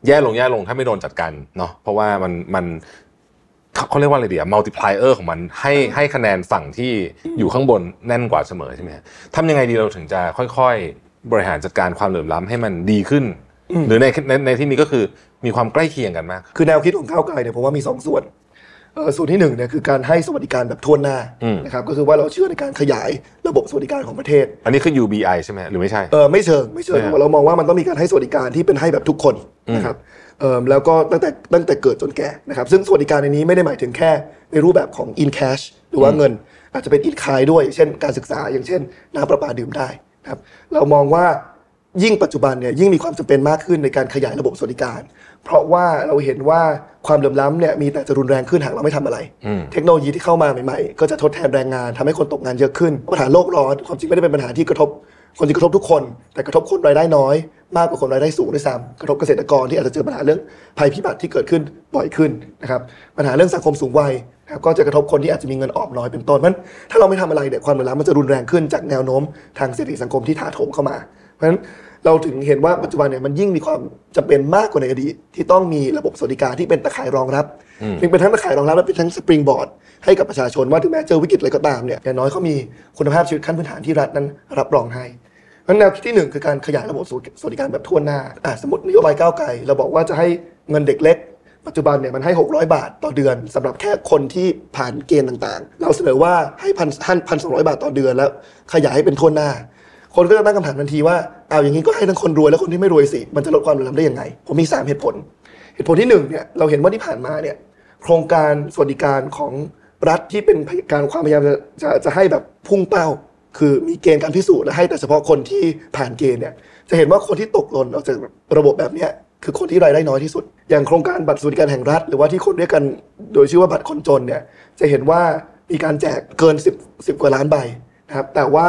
แย่ลงถ้าไม่โดนจัดการเนาะเพราะว่ามันเขาเรียกว่าอะไรดีอะ multiplier ของมันให้คะแนนฝั่งที่อยู่ข้างบนแน่นกว่าเสมอใช่ไหมทำยังไงดีเราถึงจะค่อยๆบริหารจัดการความเหลื่อมล้ำให้มันดีขึ้นหรือในที่นี้ก็คือมีความใกล้เคียงกันมากคือแนวคิดของก้าวไกลเนี่ยผมว่ามี2ส่วนส่วนที่1เนี่ยคือการให้สวัสดิการแบบทั่วหน้านะครับก็คือว่าเราเชื่อในการขยายระบบสวัสดิการของประเทศอันนี้คือ UBI ใช่ไหมหรือไม่ใช่ไม่เชิงเรามองว่ามันต้องมีการให้สวัสดิการที่เป็นให้แบบทุกคนนะครับแล้วก็ตั้งแต่เกิดจนแก่นะครับซึ่งสวัสดิการในนี้ไม่ได้หมายถึงแค่ในรูปแบบของ in cash หรือว่าเงินอาจจะเป็น in kind ด้วยเช่นการศึกษาอย่างเช่นน้ำประปาดื่มได้นะครับเรามองว่ายิ่งปัจจุบันเนี่ยยิ่งมีความจำเป็นมากขึ้นในการขยายระบบสวัสดิการเพราะว่าเราเห็นว่าความเหลื่อมล้ำเนี่ยมีแต่จะรุนแรงขึ้นหากเราไม่ทำอะไรเทคโนโลยีที่เข้ามาใหม่ๆก็จะทดแทนแรงงานทำให้คนตกงานเยอะขึ้นปัญหาโลกร้อนความจริงไม่ได้เป็นปัญหาที่กระทบทุกคนแต่กระทบคนรายได้น้อยมากกว่าคนรายได้สูงด้วยซ้ำกระทบเกษตรกรที่อาจจะเจอปัญหาเรื่องภัยพิบัติที่เกิดขึ้นบ่อยขึ้นนะครับปัญหาเรื่องสังคมสูงวัยก็จะกระทบคนที่อาจจะมีเงินออมน้อยเป็นต้นเพราะฉะนั้นถ้าเราไม่ทำอะไรเนี่ยความเหลื่อมล้ำมันจะรุนแรงขึ้นจากแนวโน้มทางเศรษฐกิจสังคมที่ถาโถมเข้ามาเพราะฉะนั้นเราถึงเห็นว่าปัจจุบันเนี่ยมันยิ่งมีความจำเป็นมากกว่าในอดีตที่ต้องมีระบบสวัสดิการที่เป็นตะข่ายรองรับเป็นทั้งตะข่ายรองรับและเป็นทั้งสปริงบอร์ดให้กับประชาชนว่าถึงแม้เจอวิกฤตอะไรก็ตามเนี่ยอย่างน้อยเขามีคุณภาพชีวิตขั้นพื้นฐานที่รัฐนั้นรับรองให้เพราะแนวคิดที่1คือการขยายระบบสวัสดิการแบบทั่วหน้าสมมตินโยบายก้าวไกลเราบอกว่าจะให้เงินเด็กเล็กปัจจุบันเนี่ยมันให้600 บาทต่อเดือนสำหรับแค่คนที่ผ่านเกณฑ์ต่างๆเราเสนอว่าให้1,200 บาทต่อเดือนแล้วขยายให้เป็นทั่วหน้าคนก็จะตั้งคำถามทันทีว่าเอาอย่างนี้ก็ให้ทั้งคนรวยและคนที่ไม่รวยสิมันจะลดความเหลื่อมล้ำได้ยังไงผมมี3เหตุผลที่1เนี่ยเราเห็นว่าที่ผ่านมาเนี่ยโครงการสวัสดิการของรัฐที่เป็นการความพยายามจะให้แบบพุ่งเป้าคือมีเกณฑ์การพิสูจน์และให้แต่เฉพาะคนที่ผ่านเกณฑ์เนี่ยจะเห็นว่าคนที่ตกหล่นออกจากระบบแบบนี้คือคนที่รายได้น้อยที่สุดอย่างโครงการบัตรสวัสดิการแห่งรัฐหรือว่าที่คนเรียกกันโดยชื่อว่าบัตรคนจนเนี่ยจะเห็นว่ามีการแจกเกิน10 กว่าล้านใบนะครับแต่ว่า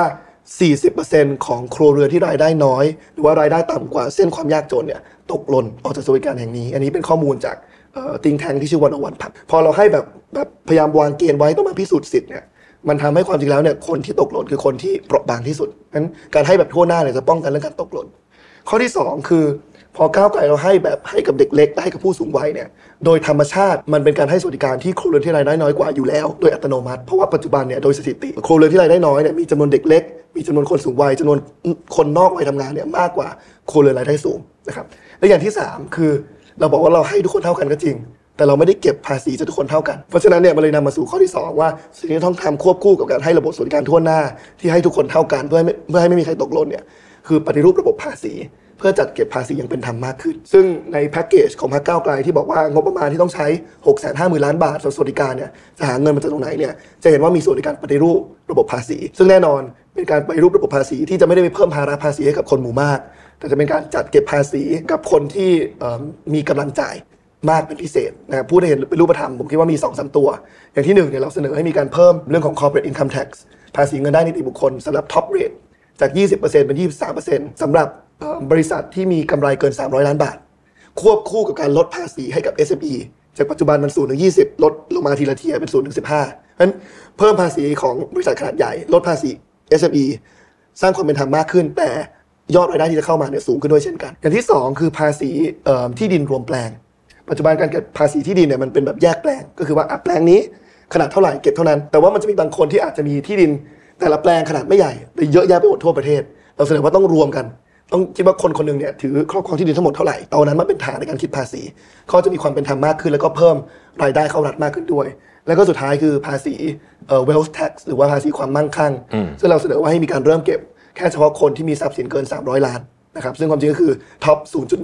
40% ของครัวเรือนที่รายได้น้อยหรือว่ารายได้ต่ำกว่าเส้นความยากจนเนี่ยตกหล่นออกจากสวัสดิการแห่งนี้อันนี้เป็นข้อมูลจากthink tank ที่ชื่อ101พับพอเราให้แบบพยายามวางเกณฑ์ไว้ต้องมาพิสูจน์สิทธิ์เนี่ยมันทำให้ความจริงแล้วเนี่ยคนที่ตกหล่นคือคนที่เปราะบางที่สุดงั้นการให้แบบทั่วหน้าเนี่ยจะป้องกันเรื่องการตกหล่นข้อที่2คือพอก้าวไกลเราให้กับเด็กเล็กให้กับผู้สูงวัยเนี่ยโดยธรรมชาติมันเป็นการให้สวัสดิการที่ครัวเรือนที่รายได้น้อยกว่าอยู่แล้วโดยอัตโนมัติเพราะว่าปัจจุบันเนี่ยโดยสถิติครัวเรือนที่รายได้น้อยเนี่ยมีจำนวนเด็กเล็กมีจำนวนคนสูงวัยจำนวนคนนอกวัยทำงานเนี่ยมากกว่าครัวเรือนรายได้สูงนะครับและอย่างที่3คือเราบอกว่าเราให้ทุกคนเท่ากันก็จริงแต่เราไม่ได้เก็บภาษีจากทุกคนเท่ากันเพราะฉะนั้นเนี่ยมันเลยนำมาสู่ข้อที่2ว่าสิ่งที่ต้องทำควบคู่กับการให้ระบบสวัสดิการทั่วหน้าที่ให้ทุกคนเท่ากันเพื่อให้ไม่มีใครตกหล่นเนี่ยคือปฏิรูประบบภาษีเพื่อจัดเก็บภาษีอย่างเป็นธรรมมากขึ้นซึ่งในแพ็กเกจของพรรคก้าวไกลที่บอกว่างบประมาณที่ต้องใช้ 650,000 ล้านบาทสวัสดิการเนี่ยจะหาเงินมาจากตรงไหนเนี่ยจะเห็นว่ามีส่วนในการปฏิรูประบบภาษีซึ่งแน่นอนเป็นการปฏิรูประบบภาษีที่จะไม่ได้ไปเพิ่มภาระภาษีให้กับคนหมู่มากแต่จะเป็นการจัดเก็บภาษีกับคนที่มีกำลังจ่ายมากเป็นพิเศษนะครับพูดให้เห็นเป็นรูปธรรมผมคิดว่ามี 2-3 ตัวอย่างที่1เนี่ยเราเสนอให้มีการเพิ่มเรื่องของ corporate income tax ภาษีเงินได้นิติบุคคลสำหรับ top rate จาก 20% เป็น 23% สำหรับบริษัทที่มีกำไรเกิน300 ล้านบาทควบคู่กับการลดภาษีให้กับ SME จากปัจจุบันมัน0 ถึง 20ลดลงมาทีละเทียร์เป็น0 ถึง 15เพราะฉะนั้นเพิ่มภาษีของบริษัทขนาดใหญ่ลดภาษี SME สร้างความเป็นธรรมมากขึ้นแต่ยอดรายได้ที่จะเข้ามาเนี่ยสูงขึ้นด้วยเช่นกันอย่างที่2คือภาษีที่ดินรวมแปลงปัจจุบันการเก็บภาษีที่ดินเนี่ยมันเป็นแบบแยกแปลงก็คือว่าแปลงนี้ขนาดเท่าไหร่เก็บเท่านั้นแต่ว่ามันจะมีบางคนที่อาจจะมีที่ดินแต่ละแปลงขนาดไม่ใหญ่แต่เยอะแยะไปหมดทั่วประเทศเราเสนอว่าต้องรวมกันต้องคิดว่าคนนึงเนี่ยถือครอบครองที่ดินทั้งหมดเท่าไหร่เอานั้นมาเป็นฐานในการคิดภาษีเขาจะมีความเป็นธรรมมากขึ้นแล้วก็เพิ่มรายได้เข้ารัฐมากขึ้นด้วยแล้วก็สุดท้ายคือภาษีwealth tax หรือว่าภาษีความมั่งคั่งซึ่งเราเสนอว่าให้มีการเริ่มเก็บแค่เฉพาะคนที่มีทรัพย์สินเกิน300 ล้านนะครับซึ่งความจริงก็คือท็อป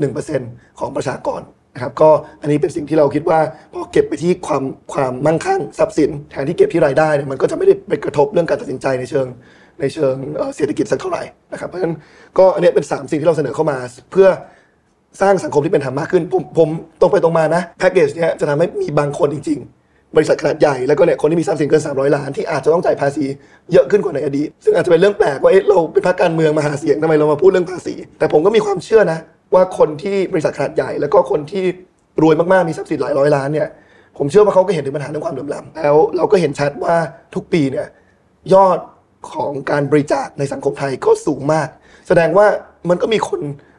0.1% ของประชากรนะครับก็อันนี้เป็นสิ่งที่เราคิดว่าพอเก็บไปที่ความมั่งคั่งทรัพย์สินแทนที่เก็บที่รายได้เนี่ยมันก็จะไม่ได้ไปกระทบเรื่องการตัดสินใจในเชิงเศรษฐกิจสักเท่าไหร่นะครับเพราะฉะนั้นก็อันนี้เป็น3สิ่งที่เราเสนอเข้ามาเพื่อสร้างสังคมที่เป็นธรรมมากขึ้นผมตรงไปตรงมานะแพ็กเกจเนี้ยจะทำให้มีบางคนจริงๆบริษัทขนาดใหญ่แล้วก็เนี่ยคนที่มีทรัพย์สินเกิน300 ล้านที่อาจจะต้องจ่ายภาษีเยอะขึ้นกว่าในอดีตซึ่งอาจจะเป็นเรื่องแปลกว่าเราเป็นพรรคการเมืองมาหาเสียงทำไมเรามาพูดเรื่องภาษีแต่ผมก็มีความเชื่อนะว่าคนที่บริษัทขนาดใหญ่แล้วก็คนที่รวยมากๆมีทรัพย์สินหลายร้อยล้านเนี่ยผมเชื่อว่าเขาก็เห็นถึงปัญหาเรื่องความเหลื่อมล้ำแล้วเราก็เห็นชัดว่าทุกปีเนี่ยยอดของการบริจาคในสังคมไทยก็สูงมากแสดงว่ามันก็มีคน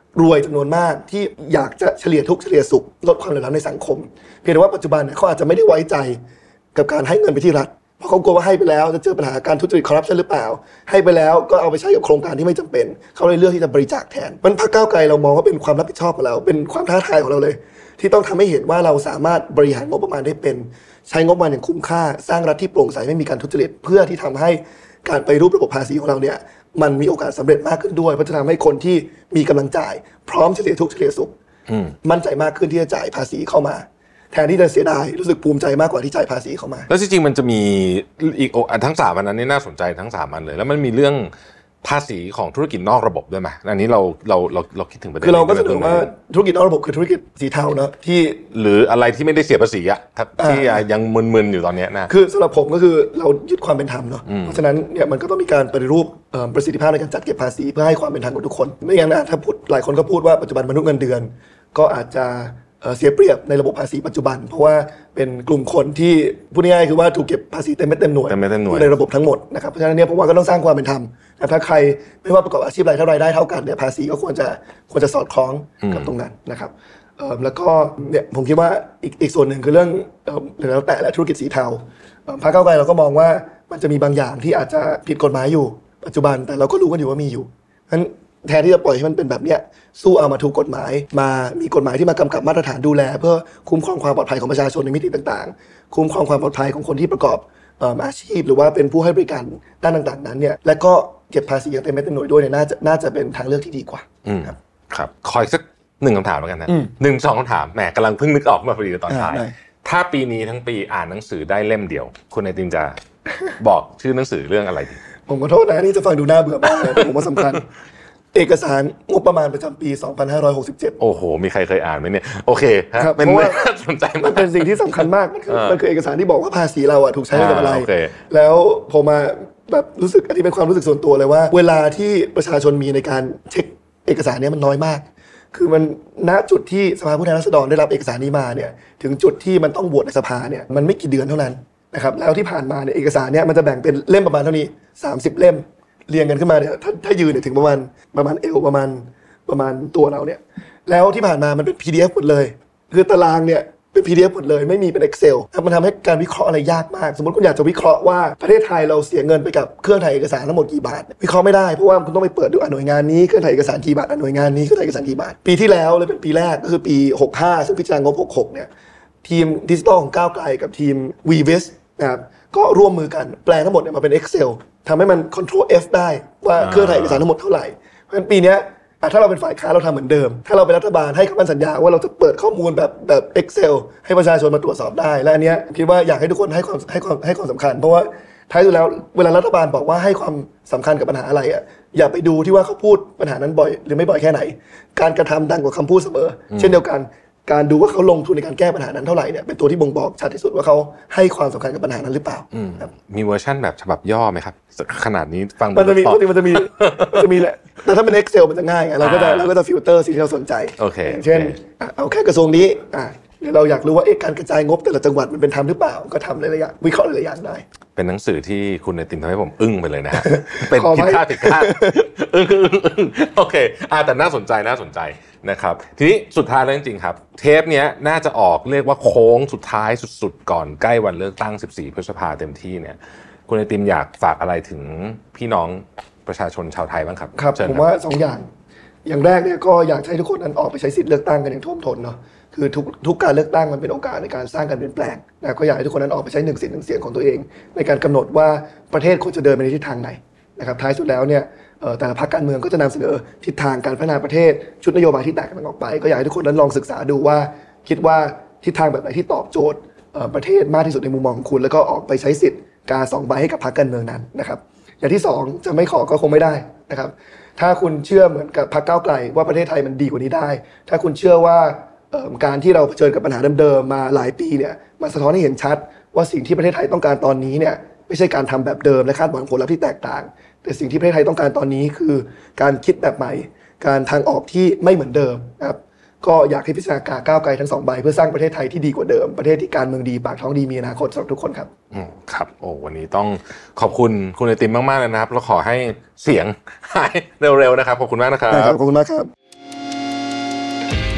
รวยจำนวนมากที่อยากจะเฉลี่ยทุกข์เฉลี่ยสุขลดความเหลื่อมล้ำในสังคมเพียงแต่ว่าปัจจุบันเนี่ยเขาอาจจะไม่ได้ไว้ใจกับการให้เงินไปที่รัฐเพราะเขากลัวว่าให้ไปแล้วจะเจอปัญหาการทุจริตคอร์รัปชันหรือเปล่าให้ไปแล้วก็เอาไปใช้กับโครงการที่ไม่จำเป็นเขาเลยเลือกที่จะบริจาคแทนมันพรรคก้าวไกลเรามองว่าเป็นความรับผิดชอบของเราเป็นความท้าทายของเราเลยที่ต้องทำให้เห็นว่าเราสามารถบริหารงบประมาณได้เป็นใช้งบประมาณอย่างคุ้มค่าสร้างรัฐที่โปร่งใสไม่มีการทุจริตเพื่อที่ทำให้การไปรูประบบภาษีของเราเนี่ยมันมีโอกาสสำเร็จมากขึ้นด้วยเพราะจะทำให้คนที่มีกำลังจ่ายพร้อมเฉลี่ยทุกข์เฉลี่ยสุขมั่นใจมากขึ้นที่จะจ่ายภาษีเข้ามาแทนที่จะเสียดายรู้สึกภูมิใจมากกว่าที่จ่ายภาษีเข้ามาแล้วจริงๆมันจะมีอีกทั้ง3อันนั้นนี่น่าสนใจทั้ง3อันเลยแล้วมันมีเรื่องภาษีของธุรกิจนอกระบบด้วยไหมอันนี้เราคิดถึงประเด็นคือเราก็เสนอว่าธุรกิจนอกระบบคือธุรกิจสีเทาเนาะที่หรืออะไรที่ไม่ได้เสียภาษีอะที่ยังมึนๆอยู่ตอนนี้นะคือสำหรับผมก็คือเรายึดความเป็นธรรมเนาะเพราะฉะนั้นเนี่ยมันก็ต้องมีการปฏิรูปประสิทธิภาพในการจัดเก็บภาษีเพื่อให้ความเป็นธรรมกับทุกคนไม่อย่างนั้นถ้าพูดหลายคนก็พูดว่าปัจจุบันมนุษย์เงินเดือนก็อาจจะเสียเปรียบในระบบภาษีปัจจุบันเพราะว่าเป็นกลุ่มคนที่พูดง่ายๆคือว่าถูกเก็บภาษีเต็มเม็ดเต็มหน่วยในระบบทั้งหมดนะครับเพราะฉะนั้นเนี่ยผมว่าก็ต้องสร้างความเป็นธรรมถ้าใครไม่ว่าประกอบอาชีพอะไรเท่ากันเนี่ยภาษีก็ควรจะสอดคล้องกับตรงนั้นนะครับแล้วก็เนี่ยผมคิดว่าอีกส่วนหนึ่งคือเรื่องแล้วแต่และธุรกิจสีเทาพรรคก้าวไกลเราก็มองว่ามันจะมีบางอย่างที่อาจจะผิดกฎหมายอยู่ปัจจุบันแต่เราก็รู้กันอยู่ว่ามีอยู่งั้นแทนที่จะปล่อยให้มันเป็นแบบเนี้ยสู้เอามาถูกกฎหมายมามีกฎหมายที่มากำกับมาตรฐานดูแลเพื่อคุ้มครองความปลอดภัยของประชาชนในมิติต่างๆคุ้มครองความปลอดภัยของคนที่ประกอบอาชีพหรือว่าเป็นผู้ให้บริการด้านต่างๆนั้นเนี่ยและก็เก็บภาษีอย่างเต็มเม็ดเต็มหน่วยด้วยเนี่ยน่าจะเป็นทางเลือกที่ดีกว่าครับคอยสัก1คำถามแล้วกันนะ1-2คำถามแหมกำลังเพิ่งนึกออกมาพอดีตอนท้ายถ้าปีนี้ทั้งปีอ่านหนังสือได้เล่มเดียวคุณไอติมจะบอกชื่อหนังสือเรื่องอะไรดีผมขอโทษนะนี่จะฟังดูน่าเบื่อมากแต่ผมว่าสำคัญเอกสารงบประมาณประจำปี2567 โอ้โหมีใครเคยอ่านไหมเนี่ยโอเคเป็นเรื่องสนใจมากมันเป็นสิ่งที่สำคัญมากมันคือเอกสารที่บอกว่าภาษีเราอะถูกใช้ในอะไรแล้วผมมาแบบรู้สึกอันนี้เป็นความรู้สึกส่วนตัวเลยว่าเวลาที่ประชาชนมีในการเช็คเอกสารนี้มันน้อยมากคือมันณจุดที่สภาผู้แทนราษฎรได้รับเอกสารนี้มาเนี่ยถึงจุดที่มันต้องโหวตในสภาเนี่ยมันไม่กี่เดือนเท่านั้นนะครับแล้วที่ผ่านมาเนี่ยเอกสารเนี่ยมันจะแบ่งเป็นเล่มประมาณเท่านี้30เล่มเรียงกันขึ้นมาเนี่ยถ้ายืนเนี่ยถึงประมาณเอวประมาณตัวเราเนี่ยแล้วที่ผ่านมามันเป็น PDF หมดเลยคือตารางเนี่ยเป็น PDF หมดเลยไม่มีเป็น Excel มันทำให้การวิเคราะห์อะไรยากมากสมมติคุณอยากจะวิเคราะห์ว่าประเทศไทยเราเสียเงินไปกับเครื่องถ่ายเอกสารทั้งหมดกี่บาทวิเคราะห์ไม่ได้เพราะว่าคุณต้องไปเปิดดูหน่วยงานนี้เครื่องถ่ายเอกสารกี่บาทหน่วยงานนี้เครื่องถ่ายเอกสารกี่บาทปีที่แล้วเลยเป็นปีแรกก็คือปี65ซึ่งพิจารณางบ66เนี่ยทีมดิจิทัลของก้าวไกลกับทีม VVS นะครับก็ร่วมมือกันแปลทั้งหมดเนี่ยมาเป็น Excel ทำให้มัน Ctrl F ได้ว่าเครื่องถ่ายเอกสารทั้งหมดเท่าไหร่เพราะฉะนั้นปีนี้ถ้าเราเป็นฝ่ายค้านเราทำเหมือนเดิมถ้าเราเป็นรัฐบาลให้คำมั่นสัญญาว่าเราจะเปิดข้อมูลแบบ Excel ให้ประชาชนมาตรวจสอบได้และอันเนี้ยคิดว่าอยากให้ทุกคนให้ความสำคัญเพราะว่าท้ายสุดแล้วเวลารัฐบาลบอกว่าให้ความสำคัญกับปัญหาอะไรอ่ะอย่าไปดูที่ว่าเขาพูดปัญหานั้นบ่อยหรือไม่บ่อยแค่ไหนการกระทำดังกว่าคำพูดเสมอเช่นเดียวกันการดูว่าเขาลงทุนในการแก้ปัญหานั้นเท่าไหร่เนี่ยเป็นตัวที่บ่งบอกชัดที่สุดว่าเขาให้ความสำคัญกับปัญหานั้นหรือเปล่ามีเวอร์ชั่นแบบฉบับย่อไหมครับขนาดนี้ฟังมันจะมีแหละแต่ถ้าเป็น Excel มันจะง่ายไงเราก็จะฟิลเตอร์สิ่งที่เราสนใจเช่นเอาแค่กระทรวงนี้เดี๋ยวเราอยากรู้ว่าการกระจายงบแต่ละจังหวัดมันเป็นธรรมหรือเปล่าก็ทำหลายๆอย่างวิเคราะห์หลายๆอย่างได้เป็นหนังสือที่คุณไอติมทำให้ผมอึ้งไปเลยนะฮะเป็นผิดคาดอึ้งโอเคแต่น่าสนใจนะครับทีนี้สุดท้ายแล้วจริงๆครับเทปนี้น่าจะออกเรียกว่าโค้งสุดท้ายสุดๆก่อนใกล้วันเลือกตั้ง14พฤษภาคมเต็มที่เนี่ยคุณไอติมอยากฝากอะไรถึงพี่น้องประชาชนชาวไทยบ้างครับครับผมว่า2อย่างแรกเนี่ยก็อยากให้ทุกคนนั้นออกไปใช้สิทธิ์เลือกตั้งกันอย่างท่วมท้นเนาะคือทุกการเลือกตั้งมันเป็นโอกาสในการสร้างการเปลี่ยนแปลงนะก็อยากให้ทุกคนนั้นออกไปใช้1 สิทธิ์1 เสียงของตัวเองในการกำหนดว่าประเทศควรจะเดินไปในทิศทางไหนนะครับท้ายสุดแล้วเนี่ยแต่ละพรรคการเมืองก็จะนำเสนอทิศทางการพัฒนาประเทศชุดนโยบายที่แตกต่างออกไปก็อยากให้ทุกคนนั้นลองศึกษาดูว่าคิดว่าทิศทางแบบไหนที่ตอบโจทย์ประเทศมากที่สุดในมุมมองของคุณแล้วก็ออกไปใช้สิทธิ์กา2 ใบให้กับพรรคการเมืองนั้นนะครับอย่างที่2จะไม่ขอก็คงไม่ได้นะครับถ้าคุณเชื่อเหมือนกับพรรคก้าวไกลว่าประเทศไทยมันดีกว่านี้ได้ถ้าคุณเชื่อว่าการที่เราเผชิญกับปัญหาเดิมๆมาหลายปีเนี่ยมันสะท้อนให้เห็นชัดว่าสิ่งที่ประเทศไทยต้องการตอนนี้เนี่ยไม่ใช่การทำแบบเดิมและคาดหวังผลลัพธ์ที่แตกต่างแต่สิ่งที่ประเทศไทยต้องการตอนนี้คือการคิดแบบใหม่การทางออกที่ไม่เหมือนเดิมนะครับก็อยากให้พิจารณาก้าวไกลทั้ง2 ใบเพื่อสร้างประเทศไทยที่ดีกว่าเดิมประเทศที่การเมืองดีปากท้องดีมีอนาคตสำหรับทุกคนครับครับวันนี้ต้องขอบคุณไอติมมากๆเลยนะครับแล้วขอให้เสียงหายเร็วๆนะครับขอบคุณมากนะครับขอบคุณมากครับ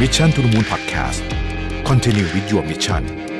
Mission to the Moon Podcast Continue with your mission